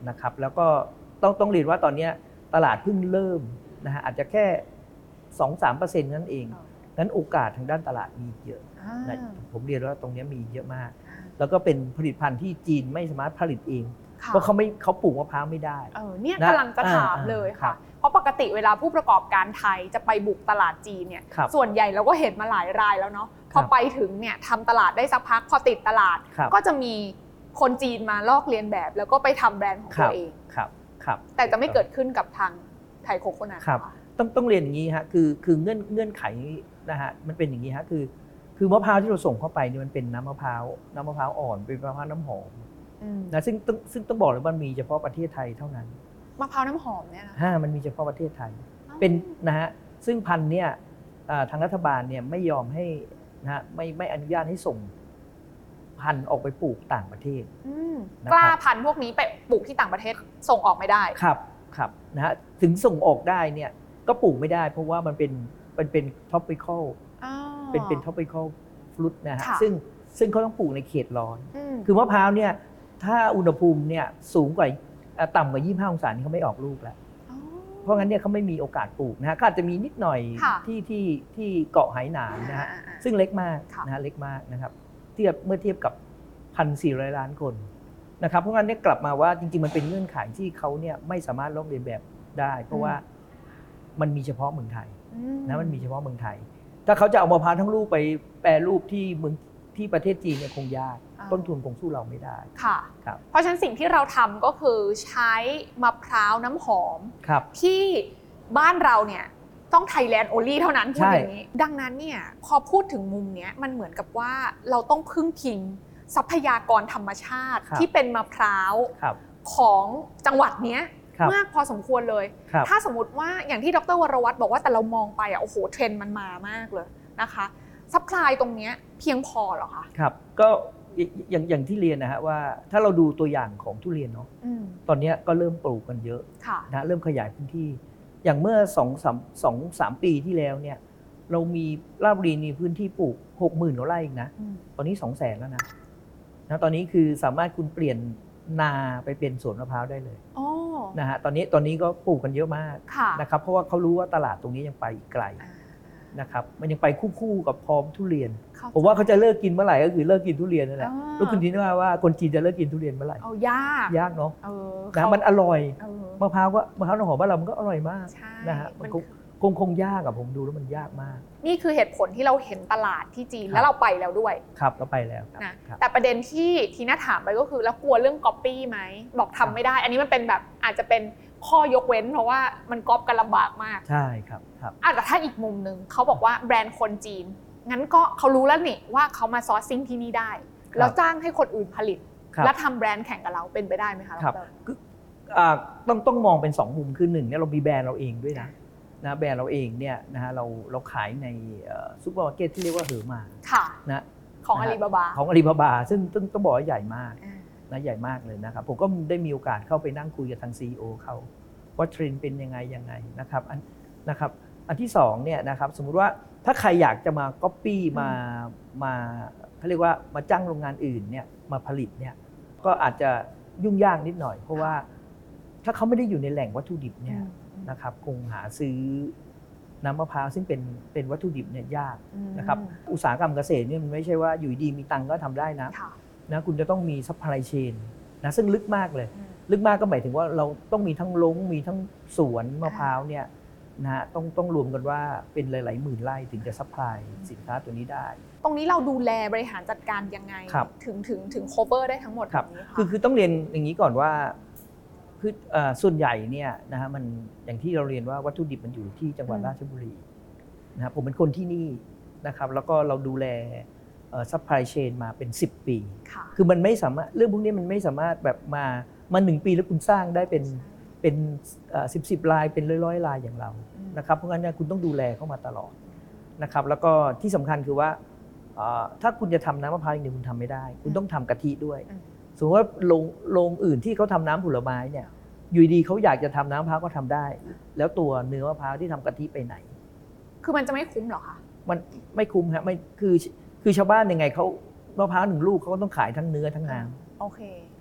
นะครับแล้วก็ต้องต้องเรียนว่าตอนนี้ตลาดเพิ่งเริ่มนะฮะอาจจะแค่ สองถึงสามเปอร์เซ็นต์ นั่นเองนั้นโอกาสทางด้านตลาดมีเยอะนะผมเรียนว่าตรงนี้มีเยอะมากแล้วก็เป็นผลิตภัณฑ์ที่จีนไม่สามารถผลิตเองเพราะเขาไม่เขาปลูกมะพร้าวไม่ได้เออเนี่ยกำลังจะถามเลยค่ะเพราะปกติเวลาผู้ประกอบการไทยจะไปบุกตลาดจีนเนี่ยส่วนใหญ่เราก็เห็นมาหลายรายแล้วเนาะพอไปถึงเนี่ยทำตลาดได้สักพักพอติดตลาดก็จะมีคนจีนมาลอกเลียนแบบแล้วก็ไปทำแบรนด์ของตัวเองครับครับแต่จะไม่เกิดขึ้นกับทางไทยโคโคนัทครับต้องต้องเรียนอย่างนี้ฮะคือคือเงื่อนเงื่อนไขนะฮะมันเป็นอย่างนี้ฮะคือคือมะพร้าวที่เราส่งเข้าไปเนี่ยมันเป็นน้ำมะพร้าวน้ำมะพร้าวอ่อนเป็นมะพร้าวน้ำหอมนะซึ่งต้องซึ่งต้องบอกเลยว่ามันมีเฉพาะประเทศไทยเท่านั้นมะพร้าวน้ำหอมเนี่ยนะฮะมันมีเฉพาะประเทศไทยเป็นนะฮะซึ่งพันธุ์เนี่ยทางรัฐบาลเนี่ยไม่ยอมให้นะฮะไม่ไม่อนุญาตให้ส่งพันธุ์ออกไปปลูกต่างประเทศกล้าพันธุ์พวกนี้ไปปลูกที่ต่างประเทศส่งออกไม่ได้ครับครับนะฮะถึงส่งออกได้เนี่ยก็ปลูกไม่ได้เพราะว่ามันเป็นมันเป็น tropical เป็นเป็น tropical fruit นะฮะซึ่งซึ่งเขาต้องปลูกในเขตร้อนคือมะพร้าวเนี่ยถ้าอุณหภูมิเนี่ยสูงกว่าต่ำกว่ายี่สิบห้าองศาเขาไม่ออกลูกแล้วเพราะงั้นเนี่ยเขาไม่มีโอกาสปลูกนะฮะก็อาจจะมีนิดหน่อยที่ที่ที่เกาะไหหนานนะฮะซึ่งเล็กมากนะฮะเล็กมากนะครับเทียบเมื่อเทียบกับ หนึ่งพันสี่ร้อย ล้านคนนะครับเพราะงั้นเนี่ยกลับมาว่าจริงๆมันเป็นเงื่อนไขที่เขาเนี่ยไม่สามารถลอกเลียนแบบได้เพราะว่ามันมีเฉพาะเมืองไทยนะมันมีเฉพาะเมืองไทยถ้าเขาจะเอามะพร้าวทั้งลูกไปแปรรูปที่เมืองที่ประเทศจีนเนี่ยคงยากต้นทุนคงสู้เราไม่ได้ค่ะครับเพราะฉะนั้นสิ่งที่เราทำก็คือใช้มะพร้าวน้ำหอมที่บ้านเราเนี่ยต้อง Thailand only เท่านั้นพูดอย่างนี้ดังนั้นเนี่ยพอพูดถึงมุมนี้มันเหมือนกับว่าเราต้องพึ่งพิงทรัพยากรธรรมชาติที่เป็นมะพร้าวของจังหวัดเนี้ยมากพอสมควรเลยถ้าสมมติว่าอย่างที่ดร.วรวัฒน์บอกว่าแต่เรามองไปอ่ะโอ้โหเทรนด์มันมามากเลยนะคะซัพพลายตรงนี้เพียงพอเหรอคะครับก็อย่างอย่างที่เรียนนะฮะว่าถ้าเราดูตัวอย่างของทุเรียนเนาะตอนนี้ก็เริ่มปลูกกันเยอะนะเริ่มขยายพื้นที่อย่างเมื่อสองสามสองสามปีที่แล้วเนี่ยเรามีราชบุรีมีพื้นที่ปลูกหกหมื่นกว่าไร่เองนะตอนนี้สองแสนแล้วนะนะตอนนี้คือสามารถคุณเปลี่ยนนาไปเป็นสวนมะพร้าวได้เลยนะฮะตอนนี้ตอนนี้ก็ปลูกกันเยอะมากนะครับเพราะว่าเขารู้ว่าตลาดตรงนี้ยังไปอีกไกลนะครับมันยังไปคู่ๆกับพร้อมทุเรียนผมว่าเขาจะเลิกกินเมื่อไหร่ก็คือเลิกกินทุเรียนนั่นแหละลูกคุณคิดว่าว่าคนจีนจะเลิกกินทุเรียนเมื่อไหร่เอายากยากเนาะนะมันอร่อยมะพร้าวก็มะพร้าวน้ำหอมบ้านเรามันก็อร่อยมากนะฮะมันคงคงยากอะผมดูแล้วมันยากมากนี่คือเหตุผลที่เราเห็นตลาดที่จีนแล้วเราไปแล้วด้วยครับเราไปแล้วนะแต่ประเด็นที่ทีน่าถามไปก็คือแล้วกลัวเรื่องก๊อปปี้ไหมบอกทำไม่ได้อันนี้มันเป็นแบบอาจจะเป็นข้อยกเว้นเพราะว่ามันก๊อปกันลำบากมากใช่ครับครับแต่ถ้าอีกมุมนึงเขาบอกว่าแบรนด์คนจีนงั้นก็เขารู้แล้วนี่ว่าเขามาซอร์ซิ่งที่นี่ได้แล้วจ้างให้คนอื่นผลิตแล้วทำแบรนด์แข่งกับเราเป็นไปได้ไหมคะครับต้องต้องมองเป็นสองมุมคือหนึ่งเนี่ยเรามีแบรนด์เราเองด้วยนะนะแบรนด์เราเองเนี่ยนะฮะเราเราขายในซุปเปอร์มาร์เก็ตที่เรียกว่าเหอมานะของอาลีบาบาของอาลีบาบาซึ่งต้องต้องบอกว่าใหญ่มากนะใหญ่มากเลยนะครับผมก็ได้มีโอกาสเข้าไปนั่งคุยกับทาง ซี อี โอ เขาว่าเทรนด์เป็นยังไงยังไงนะครับอันนะครับอันที่สองเนี่ยนะครับสมมุติว่าถ้าใครอยากจะมาก๊อปปี้มามาเขาเรียกว่ามาจ้างโรงงานอื่นเนี่ยมาผลิตเนี่ยก็อาจจะยุ่งยากนิดหน่อยเพราะว่าถ้าเขาไม่ได้อยู่ในแหล่งวัตถุดิบเนี่ยนะครับคงหาซื้อน้ำมะพร้าวซึ่งเป็นเป็นวัตถุดิบเนี่ยยากนะครับอุตสาหกรรมเกษตรเนี่ยมันไม่ใช่ว่าอยู่ดีมีตังก็ทำได้นะนะคุณจะต้องมีซัพพลายเชนนะซึ่งลึกมากเลยลึกมากก็หมายถึงว่าเราต้องมีทั้งลงมีทั้งสวนมะพร้าวเนี่ยนะฮะต้องต้องรวมกันว่าเป็นหลายๆหมื่นไร่ถึงจะซัพพลายสินค้าตัวนี้ได้ตรงนี้เราดูแลบริหารจัดการยังไงถึงถึงถึง cover ได้ทั้งหมดแบบนี้ค่ะคือคือต้องเรียนอย่างนี้ก่อนว่าคือส่วนใหญ่เนี่ยนะฮะมันอย่างที่เราเรียนว่าวัตถุดิบมันอยู่ที่จังหวัดราชบุรีนะครับผมเป็นคนที่นี่นะครับแล้วก็เราดูแลซัพพลายเชนมาเป็นสิบปีคือมันไม่สามารถเรื่องพวกนี้มันไม่สามารถแบบมามาหนึ่งปีแล้วคุณสร้างได้เป็นเป็นสิบสิบลายเป็นร้อยๆลายอย่างเรานะครับเพราะงั้นเนี่ยคุณต้องดูแลเข้ามาตลอดนะครับแล้วก็ที่สำคัญคือว่าถ้าคุณจะทำน้ำมะพร้าวอย่างเดียวคุณทำไม่ได้คุณต้องทำกะทิด้วยสมมติว่าโรงโรงอื่นที่เขาทำน้ำผลไม้เนี่ยอยู่ดีเขาอยากจะทำน้ำมะพร้าวก็ทำได้แล้วตัวเนื้อมะพร้าวที่ทำกะทิไปไหนคือมันจะไม่คุ้มหรอคะมันไม่คุ้มครับไม่คือคือชาวบ้านยังไงเขามะพร้าวหนึ่งลูกเขาก็ต้องขายทั้งเนื้อทั้งน้ำโอเค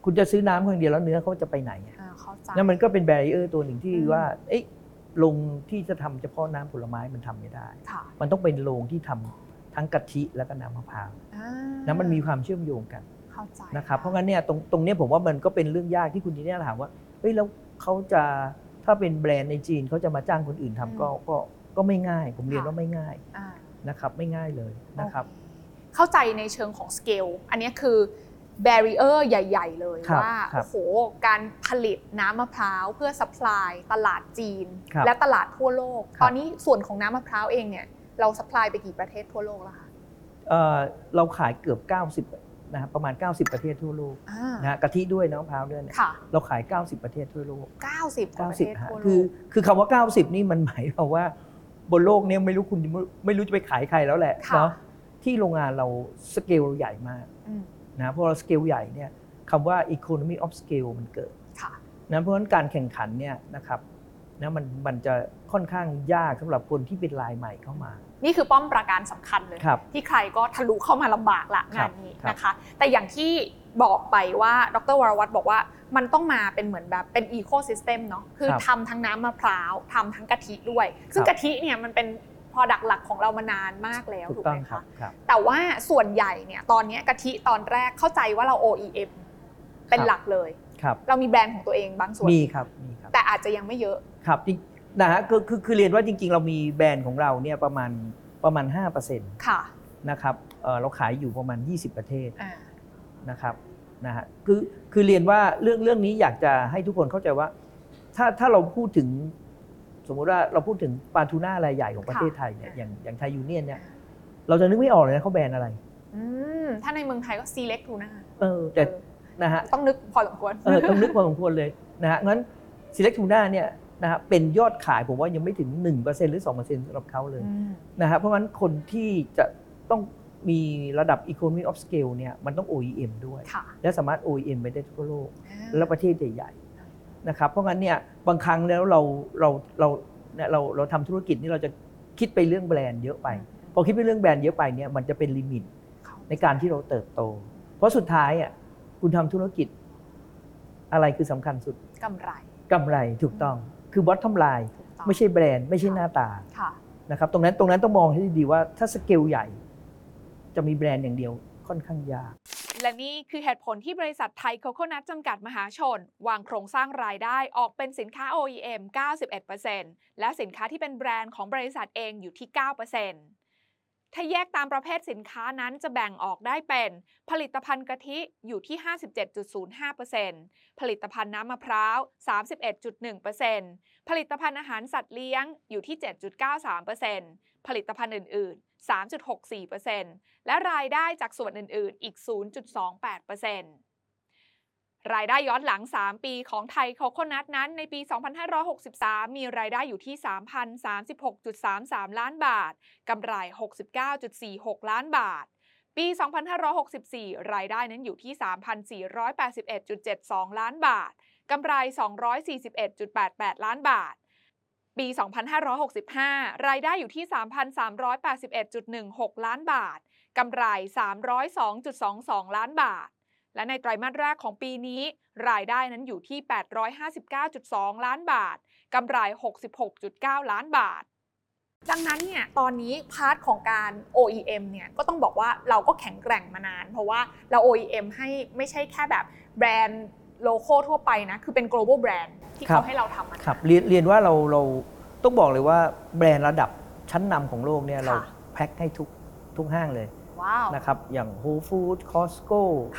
คุณจะซื้อน้ำคนเดียวแล้วเนื้อเขาจะไปไหนนั่นมันก็เป็นแบรีเออร์ตัวหนึ่งที่ว่าเอ๊ะโรงที่จะทำเฉพาะน้ำผลไม้มันทำไม่ได้มันต้องเป็นโรงที่ทำทั้งกะทิแล้วก็น้ำมะพร้าวนะมันมีความเชื่อมโยงกันนะครับเพราะงั้นเนี่ยตรงตรงนี้ผมว่ามันก็เป็นเรื่องยากที่คุณจีน่าถามว่าเฮ้ยแล้วเขาจะถ้าเป็นแบรนด์ในจีนเขาจะมาจ้างคนอื่นทำก็ก็ก็ไม่ง่ายผมเรียนว่าไม่ง่ายนะครับไม่ง่ายเลยนะครับเข้าใจในเชิงของสเกลอันนี้คือแบรีเออร์ใหญ่ๆเลยว่าโอ้โหการผลิตน้ำมะพร้าวเพื่อซัพพลายตลาดจีนและตลาดทั่วโลกตอนนี้ส่วนของน้ำมะพร้าวเองเนี่ยเราซัพพลายไปกี่ประเทศทั่วโลกแล้วคะเอ่อเราขายเกือบเก้าสิบนะครับประมาณเก้าสิบประเทศทั่วโลกนะฮะกะทิด้วยน้ำมะพร้าวด้วยเนี่ยเราขายเก้าสิบประเทศทั่วโลกเก้าสิบประเทศทั่วโลกคือคือคำว่าเก้าสิบนี่มันหมายความว่าบนโลกนี้ไม่รู้คุณไม่รู้จะไปขายใครแล้วแหละเนาะที่โรงงานเราสเกลใหญ่มากนะเพราะเราสเกลใหญ่เนี่ยคำว่า economy of scale มันเกิดนะเพราะฉะนั้นการแข่งขันเนี่ยนะครับนะมันมันจะค่อนข้างยากสำหรับคนที่เป็นรายใหม่เข้ามานี่คือป้อมปราการสำคัญเลยที่ใครก็ทะลุเข้ามาลำบากละงานนี้นะคะแต่อย่างที่บอกไปว่าดร.วรวัฒน์บอกว่ามันต้องมาเป็นเหมือนแบบเป็นอีโคซิสเต็มเนาะคือทำทั้งน้ำมะพร้าวทำทั้งกะทิด้วยซึ่งกะทิเนี่ยมันเป็นproduct หลักของเรามานานมากแล้วถูกไหมคะแต่ว่าส่วนใหญ่เนี่ยตอนนี้กะทิตอนแรกเข้าใจว่าเรา โอ อี เอ็ม เป็นหลักเลยเรามีแบรนด์ของตัวเองบางส่วนมีครับมีครับแต่อาจจะยังไม่เยอะครับนะฮะคือคือคือเรียนว่าจริงๆเรามีแบรนด์ของเราเนี่ยประมาณประมาณ ห้าเปอร์เซ็นต์ค่ะนะครับเอ่อเราขายอยู่ประมาณยี่สิบประเทศนะครับนะฮะคือคือเรียนว่าเรื่องเรื่องนี้อยากจะให้ทุกคนเข้าใจว่าถ้าถ้าเราพูดถึงสมมติว่าเราพูดถึงปลาทูน่ารายใหญ่ของประเทศไทยเนี่ยอย่างอย่างไทยยูเนียนเนี่ยเราจะนึกไม่ออกเลยนะเขาแบรนด์อะไรถ้าในเมืองไทยก็ซีเล็กทูน่าเออแต่นะฮะต้องนึกพอสมควรเออต้องนึกพอสมควรเลยนะฮะงั้นซีเล็กทูน่าเนี่ยนะฮะเป็นยอดขายผมว่ายังไม่ถึง หนึ่งเปอร์เซ็นต์ หรือ สองเปอร์เซ็นต์ สำหรับเขาเลยนะฮะเพราะงั้นคนที่จะต้องมีระดับ economy of scale เนี่ยมันต้อง โอ อี เอ็ม ด้วยและสามารถ โอ อี เอ็ม ไปได้ทั่วโลกและประเทศใหญ่ๆนะครับเพราะงั้นเนี่ยบางครั้งแล้วเราเราเราเนี่ยเราเราทำธุรกิจนี่เราจะคิดไปเรื่องแบรนด์เยอะไปพอคิดไปเรื่องแบรนด์เยอะไปเนี่ยมันจะเป็นลิมิตในการที่เราเติบโตเพราะสุดท้ายอ่ะคุณทำธุรกิจอะไรคือสำคัญสุดกำไรกำไรถูกต้องคือ bottom line ไม่ใช่แบรนด์ไม่ใช่หน้าตานะครับตรงนั้นตรงนั้นต้องมองให้ดีว่าถ้าสเกลใหญ่จะมีแบรนด์อย่างเดียวค่อนข้างยากและนี่คือเหตุผลที่บริษัทไทยโคโคนัทจำกัดมหาชนวางโครงสร้างรายได้ออกเป็นสินค้า โอ อี เอ็ม เก้าสิบเอ็ดเปอร์เซ็นต์ และสินค้าที่เป็นแบรนด์ของบริษัทเองอยู่ที่ เก้าเปอร์เซ็นต์ ถ้าแยกตามประเภทสินค้านั้นจะแบ่งออกได้เป็นผลิตภัณฑ์กะทิอยู่ที่ ห้าสิบเจ็ดจุดศูนย์ห้าเปอร์เซ็นต์ ผลิตภัณฑ์น้ำมะพร้าว สามสิบเอ็ดจุดหนึ่งเปอร์เซ็นต์ ผลิตภัณฑ์อาหารสัตว์เลี้ยงอยู่ที่ เจ็ดจุดเก้าสามเปอร์เซ็นต์ ผลิตภัณฑ์อื่นๆ สามจุดหกสี่เปอร์เซ็นต์ และรายได้จากส่วนอื่นๆอีก ศูนย์จุดสองแปดเปอร์เซ็นต์ รายได้ย้อนหลังสามปีของไทยโคโคนัทนั้นในปี สองพันห้าร้อยหกสิบสาม มีรายได้อยู่ที่ สามพันสามสิบหกจุดสามสาม ล้านบาทกำไร หกสิบเก้าจุดสี่หก ล้านบาทปี สองพันห้าร้อยหกสิบสี่ รายได้นั้นอยู่ที่ สามพันสี่ร้อยแปดสิบเอ็ดจุดเจ็ดสอง ล้านบาทกำไร สองร้อยสี่สิบเอ็ดจุดแปดแปด ล้านบาทปี สองพันห้าร้อยหกสิบห้า รายได้อยู่ที่ สามพันสามร้อยแปดสิบเอ็ดจุดหนึ่งหก ล้านบาทกำไร สามร้อยสองจุดสองสอง ล้านบาทและในไตรมาสแรกของปีนี้รายได้นั้นอยู่ที่ แปดร้อยห้าสิบเก้าจุดสอง ล้านบาทกำไร หกสิบหกจุดเก้า ล้านบาทดังนั้นเนี่ยตอนนี้พาร์ทของการ โอ อี เอ็ม เนี่ยก็ต้องบอกว่าเราก็แข็งแกร่งมานานเพราะว่าเรา โอ อี เอ็ม ให้ไม่ใช่แค่แบบแบรนด์โลคอลทั่วไปนะคือเป็น global brand ที่เขาให้เราทำมันครับเรียนเรียนว่าเราเราต้องบอกเลยว่าแบรนด์ระดับชั้นนำของโลกเนี่ยเราแพ็คให้ทุกทุกห้างเลยนะครับอย่าง Whole Foods Costco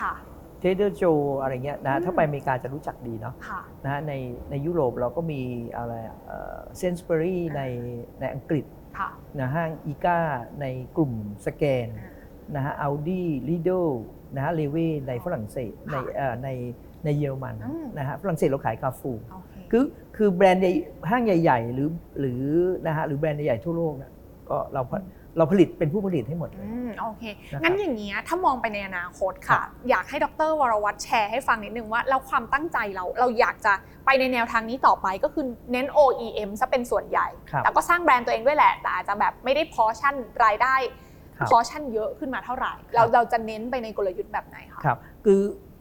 Trader Joe อะไรเงี้ยนะถ้าไปอเมริกาจะรู้จักดีเนาะนะในในยุโรปเราก็มีอะไรเอ่อ Sainsbury ในในอังกฤษนะห้างอีกาในกลุ่มสแกนนะฮะ Aldi Lidl นะฮะ Levi ในฝรั่งเศสในเอ่อในในเยอรมันนะฮะฝรั่งเศสเราขายคาฟูคือคือแบรนด์ห้างใหญ่ๆหรือหรือนะฮะหรือแบรนด์ใหญ่ทั่วโลกเนี่ยก็เราเราผลิตเป็นผู้ผลิตให้หมดเลยโอเคงั้นอย่างนี้ถ้ามองไปในอนาคตค่ะอยากให้ดร.วรวัฒน์แชร์ให้ฟังนิดนึงว่าเราความตั้งใจเราเราอยากจะไปในแนวทางนี้ต่อไปก็คือเน้น โอ อี เอ็ม ซะเป็นส่วนใหญ่แต่ก็สร้างแบรนด์ตัวเองด้วยแหละแต่อาจจะแบบไม่ได้พอชั่นรายได้พอชั่นเยอะขึ้นมาเท่าไหร่เราเราจะเน้นไปในกลยุทธ์แบบไหนคะครับคือจ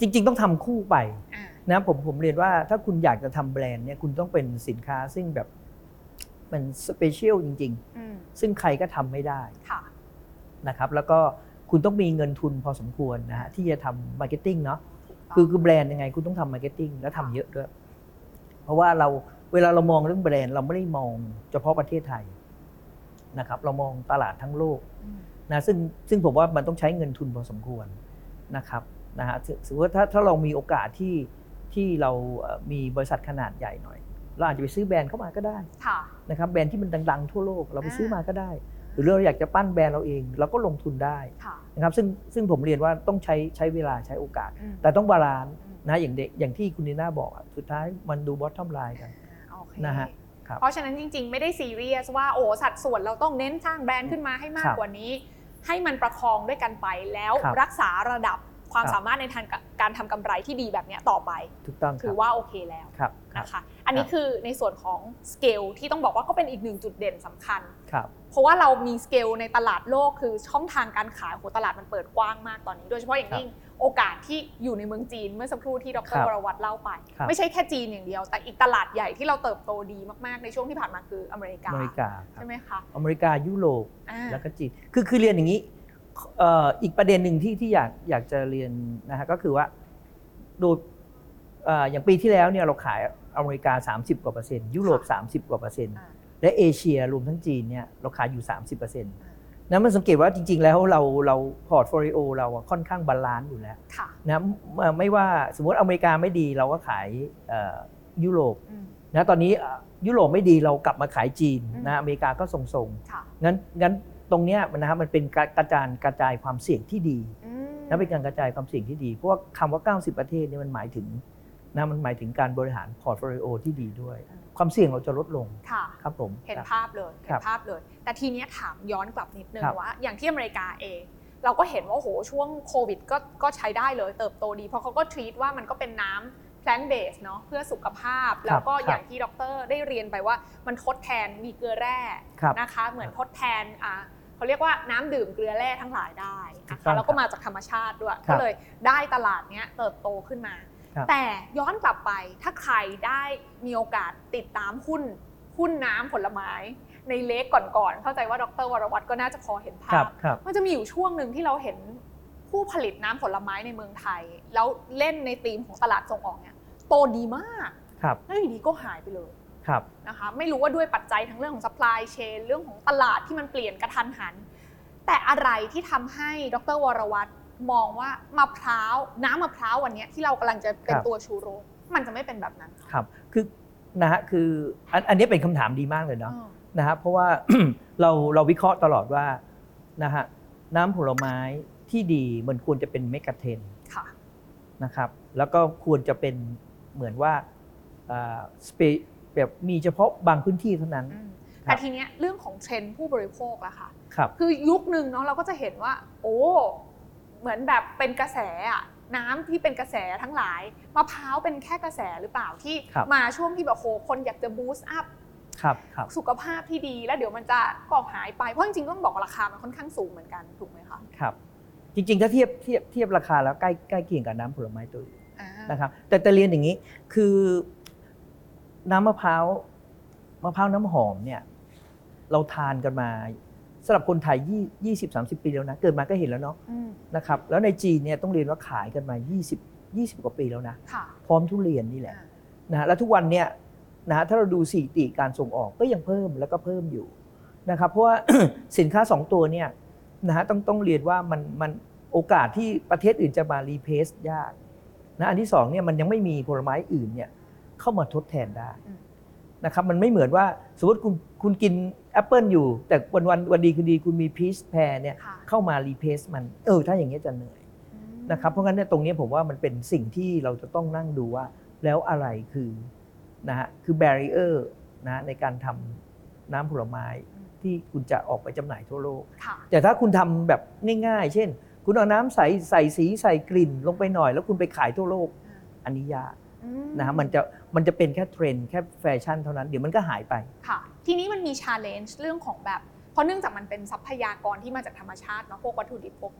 ริงๆต้องทำคู่ไปนะผมผมเรียนว่าถ้าคุณอยากจะทำแบรนด์เนี่ยคุณต้องเป็นสินค้าซึ่งแบบมันสเปเชียลจริงๆซึ่งใครก็ทำไม่ได้นะครับแล้วก็คุณต้องมีเงินทุนพอสมควรนะฮะที่จะทำมาร์เก็ตติ้งเนาะคือคือแบรนด์ยังไงคุณต้องทำมาร์เก็ตติ้งแล้วทำเยอะด้วยเพราะว่าเราเวลาเรามองเรื่องแบรนด์เราไม่ได้มองเฉพาะประเทศไทยนะครับเรามองตลาดทั้งโลกนะซึ่งซึ่งผมว่ามันต้องใช้เงินทุนพอสมควรนะครับนะฮะสมมติว่าถ้าถ้าเรามีโอกาสที่ที่เรามีบริษัทขนาดใหญ่หน่อยเราอาจจะไปซื้อแบรนด์เข้ามาก็ได้นะครับแบรนด์ที่มันดังๆทั่วโลกเราไปซื้อมาก็ได้หรือเราอยากจะปั้นแบรนด์เราเองเราก็ลงทุนได้นะครับซึ่งซึ่งผมเรียนว่าต้องใช้ใช้เวลาใช้โอกาสแต่ต้องบาลานซ์นะอย่างเด็กอย่างที่คุณนีน่าบอกสุดท้ายมันดูบอททอมไลน์กันนะฮะเพราะฉะนั้นจริงๆไม่ได้ซีเรียสว่าโอ้สัดส่วนเราต้องเน้นสร้างแบรนด์ขึ้นมาให้มากกว่านี้ให้มันประคองด้วยกันไปแล้วรักษาระดับความสามารถในทางการทำกำไรที่ดีแบบนี้ต่อไปถูกต้องถือว่าโอเคแล้วนะคะอันนี้คือในส่วนของสเกลที่ต้องบอกว่าก็เป็นอีกหนึ่งจุดเด่นสำคัญเพราะว่าเรามีสเกลในตลาดโลกคือช่องทางการขายของตลาดมันเปิดกว้างมากตอนนี้โดยเฉพาะอย่างยิ่งโอกาสที่อยู่ในเมืองจีนเมื่อสักครู่ที่ดร.วรวัฒน์เล่าไปไม่ใช่แค่จีนอย่างเดียวแต่อีกตลาดใหญ่ที่เราเติบโตดีมากๆในช่วงที่ผ่านมาคืออเมริกาอเมริกาใช่ไหมคะอเมริกายุโรปแล้วก็จีนคือคือเรียนอย่างนี้อีกประเด็นหนึ่งที่ที่อยากอยากจะเรียนนะฮะก็คือว่าโดยอย่างปีที่แล้วเนี่ยเราขายอเมริกาสามสิบกว่าเปอร์เซ็นต์ยุโรปสามสิบกว่าเปอร์เซ็นต์และเอเชียรวมทั้งจีนเนี่ยเราขายอยู่ สามสิบเปอร์เซ็นต์นะมันสังเกตว่าจริงๆแล้วเราเราพอร์ตโฟลิโอเราค่อนข้างบาลานซ์อยู่แล้วนะไม่ว่าสมมติอเมริกาไม่ดีเราก็ขายยุโรปนะตอนนี้ยุโรปไม่ดีเรากลับมาขายจีนนะอเมริกาก็ทรงๆงั้นงั้นตรงนี้นะครับมันเป็นกระจายกระจายความเสี่ยงที่ดีนะเป็นการกระจายความเสี่ยงที่ดีเพราะว่าคำว่าเก้าสิบประเทศนี่มันหมายถึงนะมันหมายถึงการบริหารพอร์ตโฟลิโอที่ดีด้วยความเสี่ยงเราจะลดลงครับผมเห็นภาพเลยเห็นภาพเลยแต่ทีนี้ถามย้อนกลับนิดนึงว่าอย่างที่อเมริกาเองเราก็เห็นว่าโหช่วงโควิดก็ก็ใช้ได้เลยเติบโตดีเพราะเขาก็ทรีตว่ามันก็เป็นน้ำ plant based เนาะเพื่อสุขภาพแล้วก็อย่างที่ดร.ได้เรียนไปว่ามันทดแทนมีเกลือแร่นะคะเหมือนทดแทนอ่าเขาเรียกว่าน้ำดื่มเกลือแร่ทั้งหลายได้นะคะแล้วก็มาจากธรรมชาติด้วยก็เลยได้ตลาดเนี้ยเติบโตขึ้นมาแต่ย้อนกลับไปถ้าใครได้มีโอกาสติดตามหุ้นหุ้นน้ำผลไม้ในเล็กก่อนๆเข้าใจว่าดร.วรวัฒน์ก็น่าจะพอเห็นภาพมันจะมีอยู่ช่วงหนึ่งที่เราเห็นผู้ผลิตน้ำผลไม้ในเมืองไทยแล้วเล่นในธีมของตลาดส่งออกเนี่ยโตดีมากแล้วอยู่ดีก็หายไปเลยนะคะไม่รู้ว่าด้วยปัจจัยทั้งเรื่องของ supply chain เรื่องของตลาดที่มันเปลี่ยนกระทันหันแต่อะไรที่ทำให้ดร.วรวัฒน์มองว่ามะพร้าวน้ำมะพร้าววันนี้ที่เรากำลังจะเป็นตัวชูโรงมันจะไม่เป็นแบบนั้นครับคือนะฮะคืออันอันนี้เป็นคำถามดีมากเลยเนาะนะฮะเพราะว่า เราเราวิเคราะห์ตลอดว่านะฮะน้ำผลไม้ที่ดีมันควรจะเป็นเมกะเทรนด์นะครับแล้วก็ควรจะเป็นเหมือนว่าสเปซแบบมีเฉพาะบางพื้นที่เท่านั้นแต่ทีเนี้ยเรื่องของเทรนด์ผู้บริโภคล่ะค่ะค, คือยุคนึงเนาะเราก็จะเห็นว่าโอ้เหมือนแบบเป็นกระแสอะน้ำที่เป็นกระแสทั้งหลายมะพร้าวเป็นแค่กระแสหรือเปล่าที่มาช่วงที่แบบโหคนอยากจะบูสต์อัพสุขภาพที่ดีแล้วเดี๋ยวมันจะก็หายไปเพราะจริงๆต้องบอกราคามันค่อนข้างสูงเหมือนกันถูกไหมคะครับจริงๆถ้าเทียบเทียบเทียบราคาแล้วใกล้ใกล้เคียงกับน้ำผลไม้ตัวอื่นนะครับแต่แต่เรียนอย่างนี้คือน้ำมะพร้าวมะพร้าวน้ำหอมเนี่ยเราทานกันมาสำหรับคนไทยยี่ ยี่สิบ สามสิบปีแล้วนะเกิดมาก็เห็นแล้วเนาะนะครับแล้วในจีนเนี่ยต้องเรียนว่าขายกันมายี่สิบ ยี่สิบกว่าปีแล้วนะพร้อมทุเรียนนี่แหละนะแล้วทุกวันเนี่ยนะถ้าเราดูสถิติการส่งออกก็ยังเพิ่มแล้วก็เพิ่มอยู่นะครับเพราะว่า สินค้าสองตัวเนี่ยนะฮะต้องต้องเรียนว่ามันมันโอกาสที่ประเทศอื่นจะมารีเพลซยากนะอันที่สองเนี่ยมันยังไม่มีผลไม้อื่นเนี่ยเข้ามาทดแทนได้นะครับมันไม่เหมือนว่าสมมติคุณคุณกินแอปเปิลอยู่แต่วันวันวันดีคืนดีคุณมีพีชแพรเนี่ยเข้ามารีเพลซมันเออถ้าอย่างเงี้ยจะเหนื่อยนะครับเพราะงั้นเนี่ยตรงนี้ผมว่ามันเป็นสิ่งที่เราจะต้องนั่งดูว่าแล้วอะไรคือนะฮะคือแบรีเออร์นะในการทำน้ำผลไม้ที่คุณจะออกไปจำหน่ายทั่วโลกแต่ถ้าคุณทำแบบง่ายๆเช่นคุณเอาน้ำใส่ใส่สีใส่กลิ่นลงไปหน่อยแล้วคุณไปขายทั่วโลกอันนี้ยากนะฮะมันจะมันจะเป็นแค่เทรนด์แค่แฟชั่นเท่านั้นเดี๋ยวมันก็หายไปค่ะทีนี้มันมี challenge เรื่องของแบบเพราะเนื่องจากมันเป็นทรัพยากรที่มาจากธรรมชาติเนาะพวกวัตถุดิบพวกเนี้ย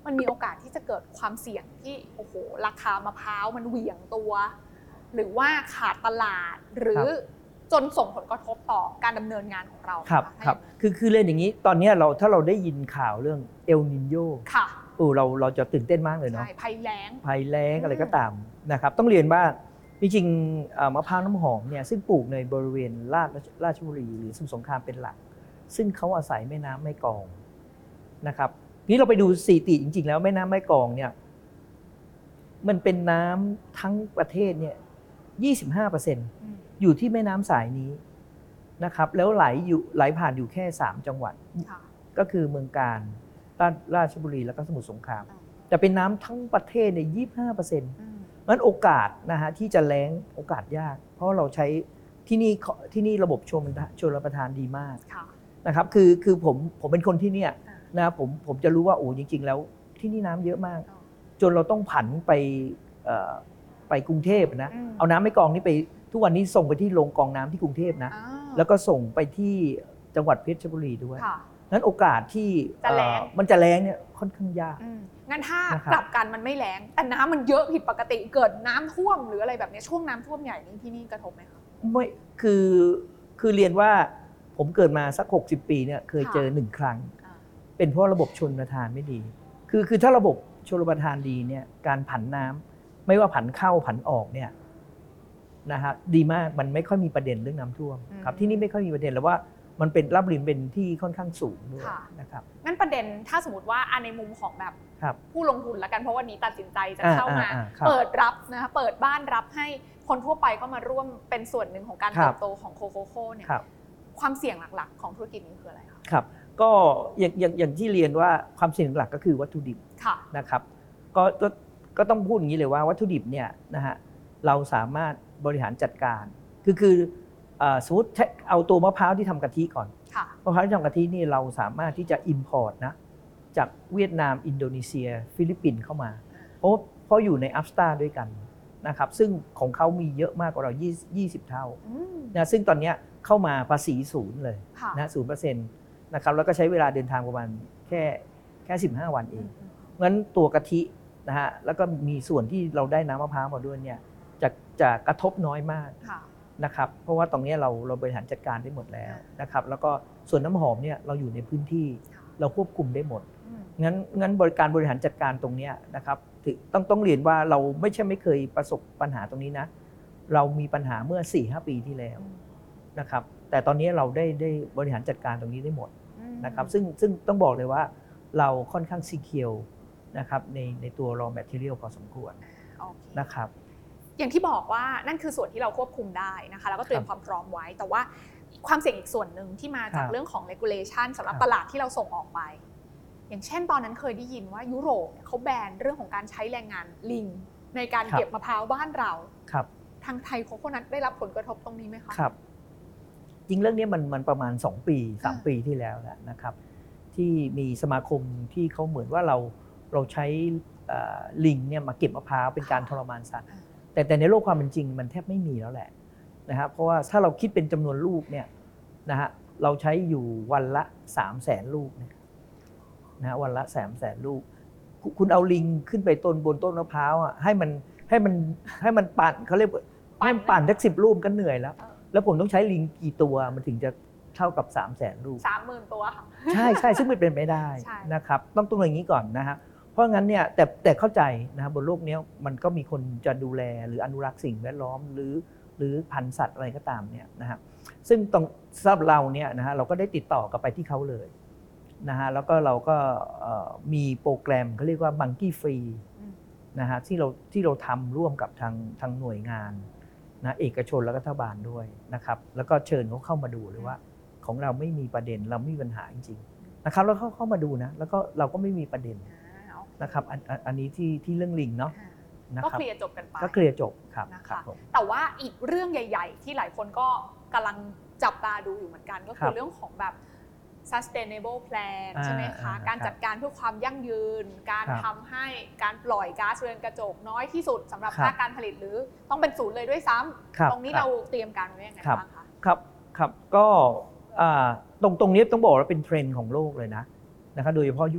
มันมีโอกาสที่จะเกิดความเสี่ยงที่โอ้โหราคามะพร้าวมันเหวี่ยงตัวหรือว่าขาดตลาดหรือจนส่งผลกระทบต่อการดำเนินงานของเราครับครับคือคือเรื่องอย่างนี้ตอนนี้เราถ้าเราได้ยินข่าวเรื่องเอลนิโญค่ะโอ้เราเราจะตื่นเต้นมากเลยเนาะใช่ภัยแล้งภัยแล้งอะไรก็ตามนะครับต้องเรียนว่าจริงๆมะพร้าวน้ำหอมเนี่ยซึ่งปลูกในบริเวณราชราชบุรีหรือสมุทรสงครามเป็นหลักซึ่งเขาอาศัยแม่น้ำแม่กลองนะครับนี้เราไปดูสถิติจริงๆแล้วแม่น้ำแม่กลองเนี่ยมันเป็นน้ำทั้งประเทศเนี่ย ยี่สิบห้าเปอร์เซ็นต์ อยู่ที่แม่น้ำสายนี้นะครับแล้วไหลอยู่ไหลผ่านอยู่แค่สามจังหวัดก็คือเมืองกาญราชบุรีแล้วก็สมุทรสงครามแต่เป็นน้ำทั้งประเทศเนี่ย ยี่สิบห้าเปอร์เซ็นต์ งั้นโอกาสนะฮะที่จะแล้งโอกาสยากเพราะเราใช้ที่นี่ที่นี่ระบบชลชลประทานดีมากนะครับคือคือผมผมเป็นคนที่เนี่ยนะผมผมจะรู้ว่าโอ้จริงๆแล้วที่นี่น้ำเยอะมากจนเราต้องผันไปไปกรุงเทพนะเอาน้ำแม่กลองนี่ไปทุกวันนี้ส่งไปที่โรงกรองน้ำที่กรุงเทพนะแล้วก็ส่งไปที่จังหวัดเพชรบุรีด้วยนั้นโอกาสที่มันจะแล้งเนี่ยค่อนข้างยากงั้นถ้ากลับกันมันไม่แล้งแต่น้ำมันเยอะผิดปกติเกิดน้ำท่วมหรืออะไรแบบนี้ช่วงน้ำท่วมใหญ่นี้ที่นี่กระทบไหมคะไม่คือคือเรียนว่าผมเกิดมาสักหกสิบปีเนี่ยเคยเจอหนึ่งครั้งเป็นเพราะระบบชลประทานไม่ดีคือคือถ้าระบบชลประทานดีเนี่ยการผันน้ำไม่ว่าผันเข้าผันออกเนี่ยนะฮะดีมากมันไม่ค่อยมีประเด็นเรื่องน้ำท่วมครับที่นี่ไม่ค่อยมีประเด็นแล้วว่ามันเป็นรับริมเป็นที่ค่อนข้างสูงด้วยนะครับงั้นประเด็นถ้าสมมติว่าในมุมของแบบผู้ลงทุนละกันเพราะวันนี้ตัดสินใจจะเข้ามาเปิดรับนะคะเปิดบ้านรับให้คนทั่วไปเข้ามาร่วมเป็นส่วนหนึ่งของการเติบโตของโคโคโค่เนี่ยความเสี่ยงหลักๆของธุรกิจนี้คืออะไรคะครับก็อย่างอย่างอย่างที่เรียนว่าความเสี่ยงหลักก็คือวัตถุดิบนะครับก็ก็ต้องพูดอย่างนี้เลยว่าวัตถุดิบเนี่ยนะฮะเราสามารถบริหารจัดการคือคือสมมติเอาตัวมะพร้าวที่ทำกะทิก่อนมะพร้าวที่ทำกะทินี่เราสามารถที่จะ import นะจากเวียดนามอินโดนีเซียฟิลิปปินส์เข้ามาเพราะเพราะอยู่ในอัฟสตาด้วยกันนะครับซึ่งของเขามีเยอะมากกว่าเรายี่สิบเท่านะซึ่งตอนนี้เข้ามาภาษีศูนย์เลยนะศูนย์เปอร์เซ็นต์นะครับแล้วก็ใช้เวลาเดินทางประมาณแค่แค่สิบห้าวันเองงั้นตัวกะทินะฮะแล้วก็มีส่วนที่เราได้น้ำมะพร้าวมาด้วยเนี่ยจะจะกระทบน้อยมากนะครับเพราะว่าตรงนี้เราเราบริหารจัดการได้หมดแล้วนะครับแล้วก็ส่วนน้ำหอมเนี่ยเราอยู่ในพื้นที่เราควบคุมได้หมดงั้นงั้นบริการบริหารจัดการตรงนี้นะครับต้องต้องเรียนว่าเราไม่ใช่ไม่เคยประสบปัญหาตรงนี้นะเรามีปัญหาเมื่อ สี่ห้า ปีที่แล้วนะครับแต่ตอนนี้เราได้ได้บริหารจัดการตรงนี้ได้หมดนะครับซึ่งซึ่งต้องบอกเลยว่าเราค่อนข้างซีเคียวนะครับในในตัว raw material พอสมควรนะครับอย่างที่บอกว่านั่นคือส่วนที่เราควบคุมได้นะคะแล้วก็เตรียมความพร้อมไว้แต่ว่าความเสี่ยงอีกส่วนหนึ่งที่มาจากเรื่องของ regulation สำหรับตลาดที่เราส่งออกไปอย่างเช่นตอนนั้นเคยได้ยินว่ายุโรปเขาแบนเรื่องของการใช้แรงงานลิงในการเก็บมะพร้าวบ้านเราทางไทยโคโค่นัทได้รับผลกระทบตรงนี้ไหมคะครับจริงเรื่องนี้มันมันประมาณสองปีสามปีที่แล้วแล้วนะครับที่มีสมาคมที่เขาเหมือนว่าเราเราใช้ลิงเนี่ยมาเก็บมะพร้าวเป็นการทรมานสัตว์แต่แต่ในโลกความเป็นจริงมันแทบไม่มีแล้วแหละนะครับเพราะว่าถ้าเราคิดเป็นจำนวนลูกเนี่ยนะฮะเราใช้อยู่วันละสามแสนลูกนะนะวันละสามแสนลูกคุณเอาลิงขึ้นไปต้นบนต้นมะพร้าวอ่ะให้มันให้มันให้มันปั่นเขาเรียกให้มันปั่นสักสิบลูกก็เหนื่อยแล้วแล้วผมต้องใช้ลิงกี่ตัวมันถึงจะเท่ากับสามแสนลูกสามหมื่นตัวค่ะใช่ใช่ซึ่งมันเป็นไม่ได้นะครับต้องต้องอย่างนี้ก่อนนะฮะเพราะงั้นเนี่ยแต่แต่เข้าใจนะครับบนโลกนี้มันก็มีคนจะดูแลหรืออนุรักษ์สิ่งแวดล้อมหรือหรือพันธุ์สัตว์อะไรก็ตามเนี่ยนะฮะซึ่งตรงสำหรับเราเนี่ยนะฮะเราก็ได้ติดต่อกลับไปที่เขาเลยนะฮะแล้วก็เราก็มีโปรแกรมเขาเรียกว่า Monkey Free นะฮะที่เราที่เราทำร่วมกับทางทางหน่วยงานนะเอกชนและรัฐบาลด้วยนะครับแล้วก็เชิญเขาเข้ามาดูเลยว่าของเราไม่มีประเด็นเราไม่มีปัญหาจริงๆนะครับแล้วเขาเข้ามาดูนะแล้วก็เราก็ไม่มีประเด็นนะครับอันอันนี้ที่ที่เรื่องลิงเนาะก็เคลียร์จบกันไปก็เคลียร์จบครับนะคะแต่ว่าอีกเรื่องใหญ่ๆที่หลายคนก็กำลังจับตาดูอยู่เหมือนกันก็คือเรื่องของแบบ sustainable plan ใช่ไหมคะการจัดการเพื่อความยั่งยืนการทำให้การปล่อยก๊าซเรือนกระจกน้อยที่สุดสำหรับภาคการผลิตหรือต้องเป็นศูนย์เลยด้วยซ้ำตรงนี้เราเตรียมการไว้ยังไงบ้างคะครับครับก็ตรงตรงนี้ต้องบอกว่าเป็นเทรนด์ของโลกเลยนะนะครับโดยเฉพาะยุโรป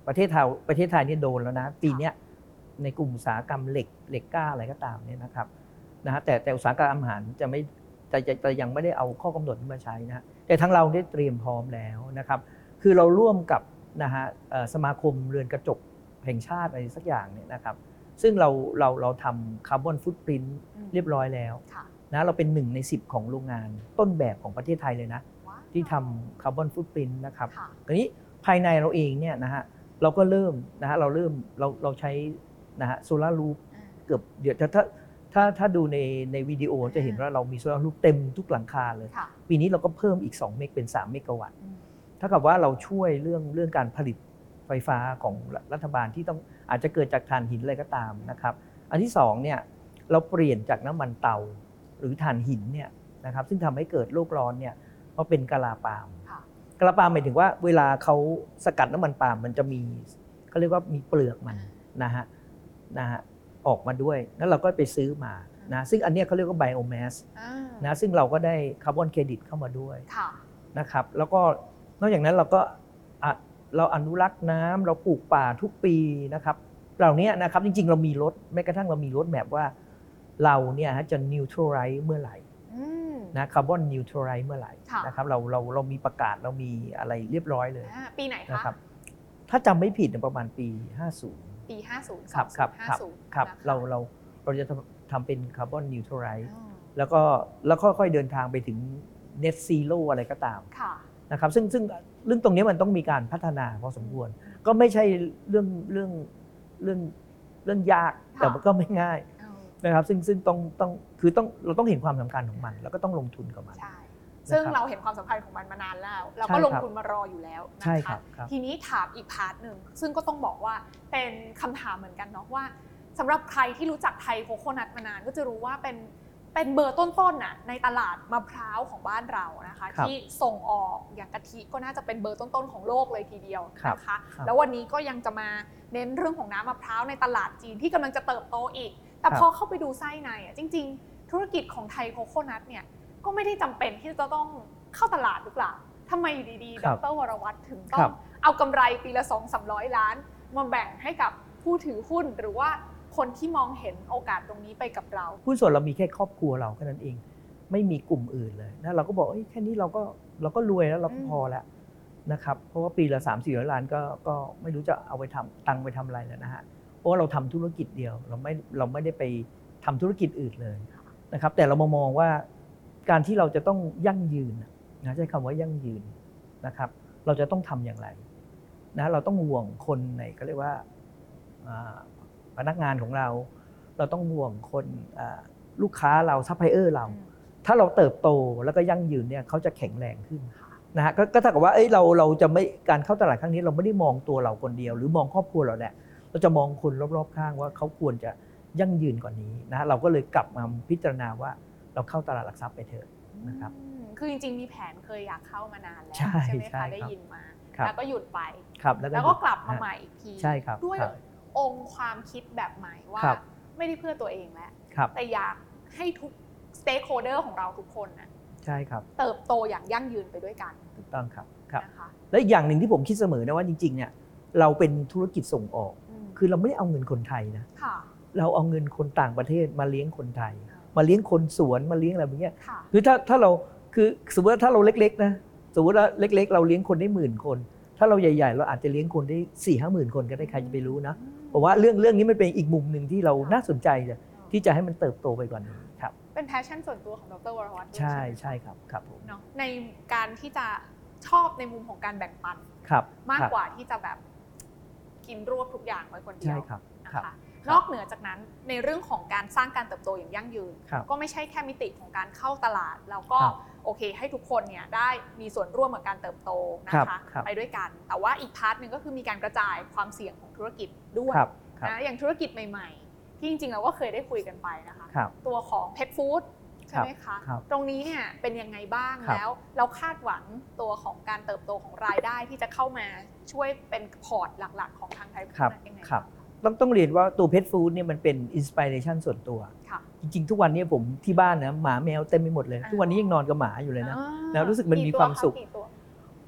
ประเทศไทยประเทศไทยนี่โดนแล้วนะปีนี้ในกลุ่มอุตสาหกรรมเหล็กเหล็กกล้าอะไรก็ตามเนี่ยนะครับนะฮะแต่แต่อุตสาหกรรมอาหารจะไม่จะจะจะยังไม่ได้เอาข้อกำหนดนี้มาใช้นะแต่ทั้งเราได้เตรียมพร้อมแล้วนะครับคือเราร่วมกับนะฮะสมาคมเรือนกระจกแห่งชาติอะไรสักอย่างเนี่ยนะครับซึ่งเราเราเราทำคาร์บอนฟุตปรินท์เรียบร้อยแล้วนะเราเป็นหนึ่งในสิบของโรงงานต้นแบบของประเทศไทยเลยนะที่ทำคาร์บอนฟุตปรินท์นะครับทีนี้ภายในเราเองเนี่ยนะฮะเราก็เริ่มนะฮะเราเริ่มเราเราใช้นะฮะโซลารูฟเกือบเดี๋ยวถ้าถ้าถ้าดูในในวิดีโอจะเห็นว่าเรามีโซลารูฟเต็มทุกหลังคาเลยปีนี้เราก็เพิ่มอีกสองเมกเป็นสามเมกะวัตต์เท่ากับว่าเราช่วยเรื่องเรื่องการผลิตไฟฟ้าของรัฐบาลที่ต้องอาจจะเกิดจากถ่านหินอะไรก็ตามนะครับอันที่สองเนี่ยเราเปลี่ยนจากน้ำมันเตาหรือถ่านหินเนี่ยนะครับซึ่งทำให้เกิดโลกร้อนเนี่ยมาเป็นกะลาปาล์มกะลาปาล์มหมายถึงว่าเวลาเขาสกัดน้ำมันปาล์มมันจะมีเขาเรียกว่ามีเปลือกมันนะฮะนะฮะออกมาด้วยแล้วเราก็ไปซื้อมานะซึ่งอันนี้เขาเรียกว่าไบโอแมสนะซึ่งเราก็ได้คาร์บอนเครดิตเข้ามาด้วยนะครับแล้วก็นอกจากนั้นเราก็เราอนุรักษ์น้ำเราปลูกป่าทุกปีนะครับเหล่านี้นะครับจริงๆเรามีรถแม้กระทั่งเรามีรถแมพว่าเราเนี่ยจะนิวทรัลไรซ์เมื่อไหร่นะคาร์บอนนิวทรัลไรซ์เมื่อไหร่นะครับเราเราเรามีประกาศเรามีอะไรเรียบร้อยเลยปีไหนคะนะครับถ้าจำไม่ผิดประมาณปีห้าสิบปีห้าสิบครับครับครับครับเราเราเราจะทำเป็นคาร์บอนนิวทรัลไรซ์แล้วก็แล้วค่อยๆเดินทางไปถึงเน็ตซีโร่อะไรก็ตามนะครับซึ่งซึ่งเรื่องตรงนี้มันต้องมีการพัฒนาพอสมควรก็ไม่ใช่เรื่องเรื่องเรื่องเรื่องยากแต่มันก็ไม่ง่ายนะครับซึ่งซึ่งต้องต้องคือต้องเราต้องเห็นความสำคัญของมันแล้วก็ต้องลงทุนกับมันใช่ซึ่งเราเห็นความสำคัญของมันมานานแล้วเราก็ลงทุนมารออยู่แล้วนะคะทีนี้ถามอีกพาร์ทหนึ่งซึ่งก็ต้องบอกว่าเป็นคำถามเหมือนกันเนาะว่าสำหรับใครที่รู้จักไทยโคโคนัทมานานก็จะรู้ว่าเป็นเป็นเบอร์ต้นๆน่ะในตลาดมะพร้าวของบ้านเรานะคะที่ส่งออกอย่างกะทิก็น่าจะเป็นเบอร์ต้นๆของโลกเลยทีเดียวนะคะแล้ววันนี้ก็ยังจะมาเน้นเรื่องของน้ำมะพร้าวในตลาดจีนที่กำลังจะเติบโตอีกแต่พอเข้าไปดูไส้ในอ่ะจริงๆธุรกิจของไทยโคโคนัทเนี่ยก็ไม่ได้จำเป็นที่จะต้องเข้าตลาดหรือเปล่าทำไมอยู่ดีๆดร.วรวัฒน์ถึงต้องเอากำไรปีละ สองถึงสามร้อย ล้านมาแบ่งให้กับผู้ถือหุ้นหรือว่าคนที่มองเห็นโอกาสตรงนี้ไปกับเราหุ้นส่วนเรามีแค่ครอบครัวเราแค่นั้นเองไม่มีกลุ่มอื่นเลยนะเราก็บอกแค่นี้เราก็เราก็รวยแล้วเราก็พอแล้วนะครับเพราะว่าปีละ สามถึงสี่ร้อย ล้านก็ก็ไม่รู้จะเอาไปทำตังไปทำอะไรแล้วนะฮะเพราะว่าเราทำธุรกิจเดียวเราไม่เราไม่ได้ไปทำธุรกิจอื่นเลยนะครับแต่เรามามองว่าการที่เราจะต้องยั่งยืนนะใช้คำว่ายั่งยืนนะครับเราจะต้องทำอย่างไรนะเราต้องห่วงคนในก็เรียกว่าพนักงานของเราเราต้องห่วงคนลูกค้าเราซัพพลายเออร์เราถ้าเราเติบโตแล้วก็ยั่งยืนเนี่ยเขาจะแข็งแรงขึ้นนะฮะก็เท่ากับว่าเอ้ยเราเราจะไม่การเข้าตลาดครั้งนี้เราไม่ได้มองตัวเราคนเดียวหรือมองครอบครัวเราแหละเราจะมองคนรอบๆข้างว่าเขาควรจะยั่งยืนกว่านี้นะเราก็เลยกลับมาพิจารณาว่าเราเข้าตลาดหลักทรัพย์ไปเถอะนะครับคือจริงๆมีแผนเคยอยากเข้ามานานแล้วใช่ไหมคะได้ยินมาแล้วก็หยุดไปแล้วก็กลับมาใหม่อีกทีใช่ครับด้วยองค์ความคิดแบบใหม่ว่าไม่ได้เพื่อตัวเองแล้วแต่อยากให้ทุกสเต็กโฮเดอร์ของเราทุกคนน่ะใช่ครับเติบโตอย่างยั่งยืนไปด้วยกันถูกต้องครับครับและอีกอย่างหนึ่งที่ผมคิดเสมอนะว่าจริงๆเนี่ยเราเป็นธุรกิจส่งออกคือเราไม่ได้เอาเงินคนไทยนะเราเอาเงินคนต่างประเทศมาเลี้ยงคนไทยมาเลี้ยงคนสวนมาเลี้ยงอะไรแบบนี้คือถ้าถ้าเราคือสมมติว่าถ้าเราเล็กๆนะสมมติว่าเล็กๆเราเลี้ยงคนได้หมื่นคนถ้าเราใหญ่ๆเราอาจจะเลี้ยงคนได้สี่ห้าหมื่นคนก็ได้ใครจะไปรู้นะผมว่าเรื่องเรื่องนี้มันเป็นอีกมุมหนึ่งที่เราน่าสนใจที่จะให้มันเติบโตไปกว่านี้ครับเป็นแพชชั่นส่วนตัวของดร.วรวัฒน์ใช่ใช่ครับครับผมเนาะในการที่จะชอบในมุมของการแบ่งปันมากกว่าที่จะแบบกินรวบทุกอย่างไว้คนเดียวนะคะนอกเหนือจากนั้นในเรื่องของการสร้างการเติบโตอย่างยั่งยืนก็ไม่ใช่แค่มิติของการเข้าตลาดแล้วก็โอเคให้ทุกคนเนี่ยได้มีส่วนร่วมกับการเติบโตนะคะไปด้วยกันแต่ว่าอีกพาร์ทนึงก็คือมีการกระจายความเสี่ยงของธุรกิจด้วยนะอย่างธุรกิจใหม่ๆที่จริงๆเราก็เคยได้คุยกันไปนะคะตัวของเพทฟู้ดใช่ไหมคะตรงนี้เนี่ยเป็นยังไงบ้างแล้วเราคาดหวังตัวของการเติบโตของรายได้ที่จะเข้ามาช่วยเป็นพอร์ตหลักๆของทางไทยพัฒนายังไงต้องต้องเรียนว่าตัวเพทฟู้ดเนี่ยมันเป็นอินสปิเรชันส่วนตัวจริงๆทุกวันนี้ผมที่บ้านนะหมาแมวเต็มไปหมดเลยทุกวันนี้ยังนอนกับหมาอยู่เลยนะแล้วรู้สึกมันมีความสุข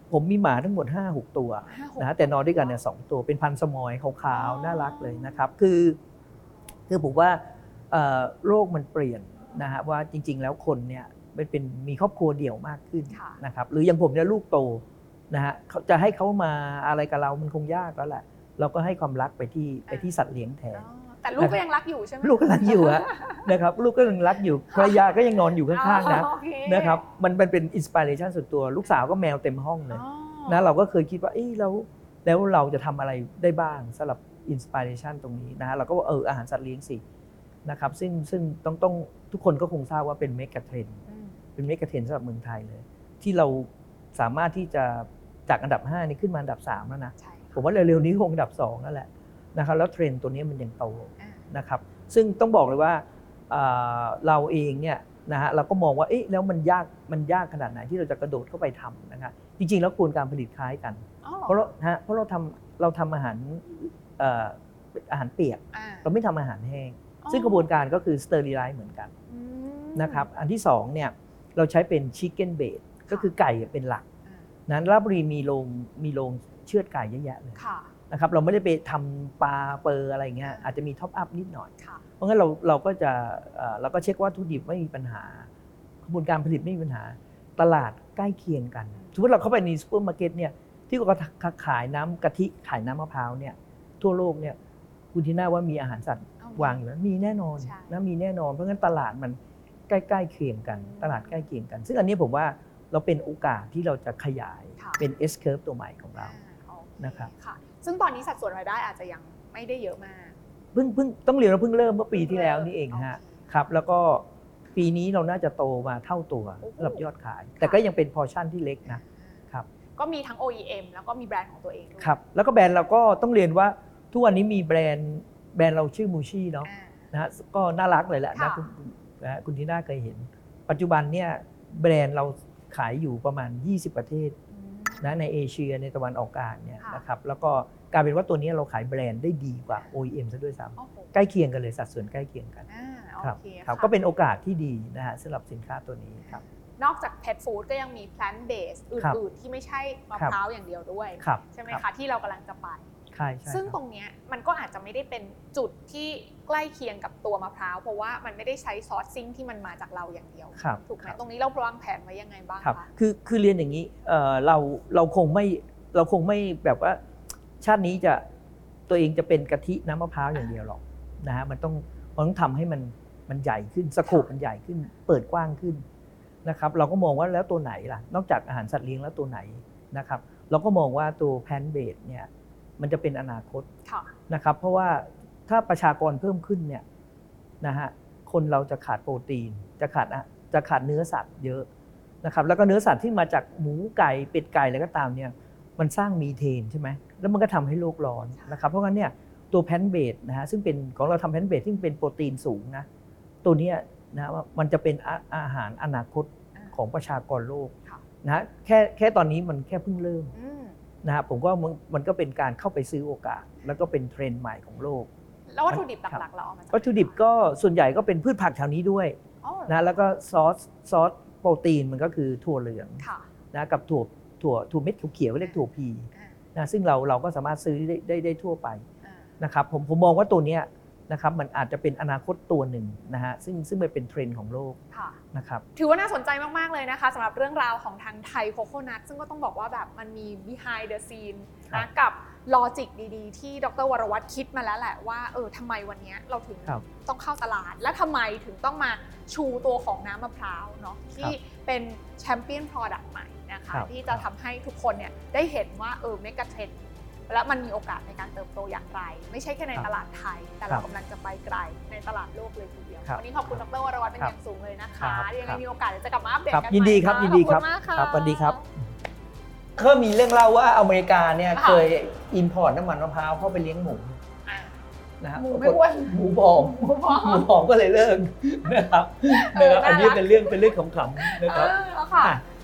ผมมีหมาทั้งหมด ห้าหก ตัวห้าหกนะแต่นอนด้วยกันเนี่ยสองตัวเป็นพันธุ์สมอยขาวๆน่ารักเลยนะครับคือคือผมว่าเอ่อโลกมันเปลี่ยนนะฮะว่าจริงๆแล้วคนเนี่ยเป็นเป็นมีครอบครัวเดี่ยวมากขึ้นนะครับหรืออย่างผมเนี่ยลูกโตนะฮะเขาจะให้เขามาอะไรกับเรามันคงยากแล้วแหละเราก็ให้ความรักไปที่ไปที่สัตว์เลี้ยงแทนแต่ลูกก็ยังรักอยู่ใช่ไหมลูกก็รักอยู่ฮะ นะครับลูกก็ยังรักอยู่ภรรยาก็ยังนอนอยู่ข้างๆนะโอเคนะครับมันมันเป็นอินสปิเรชันส่วนตัวลูกสาวก็แมวเต็มห้องเลยนะเราก็เคยคิดว่าเอ้ยแล้วแล้วเราจะทำอะไรได้บ้างสำหรับอินสปิเรชันตรงนี้นะฮะเราก็ว่าเอออาหารสัตว์เลี้ยงสินะครับซึ่งซึ่งต้องต้องทุกคนก็คงทราบว่าเป็นเมกะเทรนด์เป็นเมกะเทรนด์สำหรับเมืองไทยเลยที่เราสามารถที่จะจากอันดับห้านี่ขึ้นมาอันดับสามแล้วนะผมว่าเร็วๆนี้คงอันดับสองนั่นแหละนะครับแล้วเทรนด์ตัวนี้มันยังโตนะครับซึ่งต้องบอกเลยว่าเราเองเนี่ยนะฮะเราก็มองว่าเอ๊ะแล้วมันยากมันยากขนาดไหนที่เราจะกระโดดเข้าไปทำนะครับจริงๆแล้วกระบวนการผลิตคล้ายกันเพราะเราฮะเพราะเราทำเราทำอาหารอาหารเปียกเราไม่ทำอาหารแห้งซึ่งกระบวนการก็คือสเตอริไลซ์เหมือนกันนะครับอันที่สองเนี่ยเราใช้เป็นชิคเก้นเบดก็คือไก่เป็นหลักนั้นราชบุรีมีโรงมีโรงเชือดไก่เยอะแยะเลยนะครับเราไม่ได้ไปทำปลาเปอร์อะไรเงี้ยอาจจะมีท็อปอัพนิดหน่อยเพราะงั้นเราเราก็จะเราก็เช็คว่าวัตถุดิบไม่มีปัญหากระบวนการผลิตไม่มีปัญหาตลาดใกล้เคียงกันสมมติเราเข้าไปในซูเปอร์มาร์เก็ตเนี่ยที่เขาขายน้ำกะทิขายน้ำมะพร้าวเนี่ยทั่วโลกเนี่ยคุณทีน่าว่ามีอาหารสัตว์วางอยู่แล้วมีแน่นอนนะมีแน่นอนเพราะงั้นตลาดมันใกล้ๆเคียงกันตลาดใกล้เคียงกันซึ่งอันนี้ผมว่าเราเป็นโอกาสที่เราจะขยายเป็น S curve ตัวใหม่ของเรานะครับซึ่งตอนนี้สัดส่วนรายได้อาจจะยังไม่ได้เยอะมากเพิ่งเพิ่งต้องเรียนว่าเพิ่งเริ่มเมื่อปีที่แล้วนี่เองฮะครับแล้วก็ปีนี้เราน่าจะโตมาเท่าตัวสำหรับยอดขายแต่ก็ยังเป็นพอร์ชั่นที่เล็กนะครับก็มีทั้ง โอ อี เอ็ม แล้วก็มีแบรนด์ของตัวเองด้วยครับแล้วก็แบรนด์เราก็ต้องเรียนว่าทุกวันนี้มีแบรนด์แบรนด์เราชื่อมูชี่เนาะนะฮะก็น่ารักเลยแหละนะคุณนะคุณทีน่าเคยเห็นปัจจุบันเนี่ยแบรนด์เราขายอยู่ประมาณยี่สิบประเทศนะในเอเชียในตะวันออกกลางเนี่ยนะครับแล้วก็กลายเป็นว่าตัวนี้เราขายแบรนด์ได้ดีกว่า โอ อี เอ็ม ซะด้วยซ้ำใกล้เคียงกันเลยสัดส่วนใกล้เคียงกันครับครับก็เป็นโอกาสที่ดีนะฮะสำหรับสินค้าตัวนี้ครับนอกจาก Pet Food ก็ยังมี Plant Based อื่นๆที่ไม่ใช่มะพร้าวอย่างเดียวด้วยใช่ไหมคะที่เรากำลังจะไปซึ่งตรงนี้มันก็อาจจะไม่ได้เป็นจุดที่ใกล้เคียงกับตัวมะพร้าวเพราะว่ามันไม่ได้ใช้ซอสซิ่งที่มันมาจากเราอย่างเดียวถูกไหมตรงนี้เราวางแผนไว้ยังไงบ้างคะคือคือเรียนอย่างนี้เราเราคงไม่เราคงไม่แบบว่าชาตินี้จะตัวเองจะเป็นกะทิน้ำมะพร้าวอย่างเดียวหรอกนะฮะมันต้องมันต้องทำให้มันมันใหญ่ขึ้นสโคปมันใหญ่ขึ้นเปิดกว้างขึ้นนะครับเราก็มองว่าแล้วตัวไหนล่ะนอกจากอาหารสัตว์เลี้ยงแล้วตัวไหนนะครับเราก็มองว่าตัวแพนเบดเนี่ยมันจะเป็นอนาคตนะครับเพราะว่าถ้าประชากรเพิ่มขึ้นเนี่ยนะฮะคนเราจะขาดโปรตีนจะขาดจะขาดเนื้อสัตว์เยอะนะครับแล้วก็เนื้อสัตว์ที่มาจากหมูไก่เป็ดไก่อะไรก็ตามเนี่ยมันสร้างมีเทนใช่ไหมแล้วมันก็ทำให้โลกร้อนนะครับเพราะงั้นเนี่ยตัวแพนเบดนะฮะซึ่งเป็นของเราทำแพนเบดที่เป็นโปรตีนสูงนะตัวนี้นะว่ามันจะเป็นอาหารอนาคตของประชากรโลกนะฮะแค่แค่ตอนนี้มันแค่เพิ่งเริ่มนะผมว่ามันก็เป็นการเข้าไปซื้อโอกาสแล้วก็เป็นเทรนด์ใหม่ของโลกแล้ววัตถุดิบหลักๆเราเอามาจากวัตถุดิบก็ส่วนใหญ่ก็เป็นพืชผักแถวนี้ด้วยนะแล้วก็ซอสซอสโปรตีนมันก็คือถั่วเหลืองนะกับถั่วถั่วถั่วเม็ดเขียวๆเรียกถั่วพีนะซึ่งเราเราก็สามารถซื้อได้ได้ได้ทั่วไปนะครับผมผมมองว่าตัวเนี้ยนะครับมันอาจจะเป็นอนาคตตัวหนึ่งนะฮะซึ่งซึ่งมันเป็นเทรนด์ของโลกนะครับถือว่าน่าสนใจมากๆเลยนะคะสำหรับเรื่องราวของทางไทยโคโคนัทซึ่งก็ต้องบอกว่าแบบมันมี behind the scene นะกับลอจิกดีๆที่ดร.วรวัฒน์คิดมาแล้วแหละว่าเออทำไมวันนี้เราถึงต้องเข้าตลาดและทำไมถึงต้องมาชูตัวของน้ำมะพร้าวเนาะที่เป็นแชมเปี้ยน product ใหม่นะคะที่จะทำให้ทุกคนเนี่ยได้เห็นว่าเออเมกะเทรนด์และมันมีโอกาสในการเติบโตอย่างไรไม่ใช่แค่ในตลาดไทยแต่เรากำลังจะไปไกลในตลาดโลกเลยทีเดียววันนี้ขอบคุณดร.วรวัฒน์เป็นอย่างสูงเลยนะคะยังไงมีโอกาสจะกลับมาอัปเดตกันใหม่ยินดีครับยินดีครับครับสวัสดีครับก็มีเรื่องเล่าว่าอเมริกาเนี่ยเคยอินพอร์ตน้ำมันมะพร้าวเข้าไปเลี้ยงหมูนะครับหมูไม่อ้วนหมูผอมหมูผอมก็เลยเลิกนะครับนะครับอันนี้เป็นเรื่องเป็นเรื่องขำๆนะครับ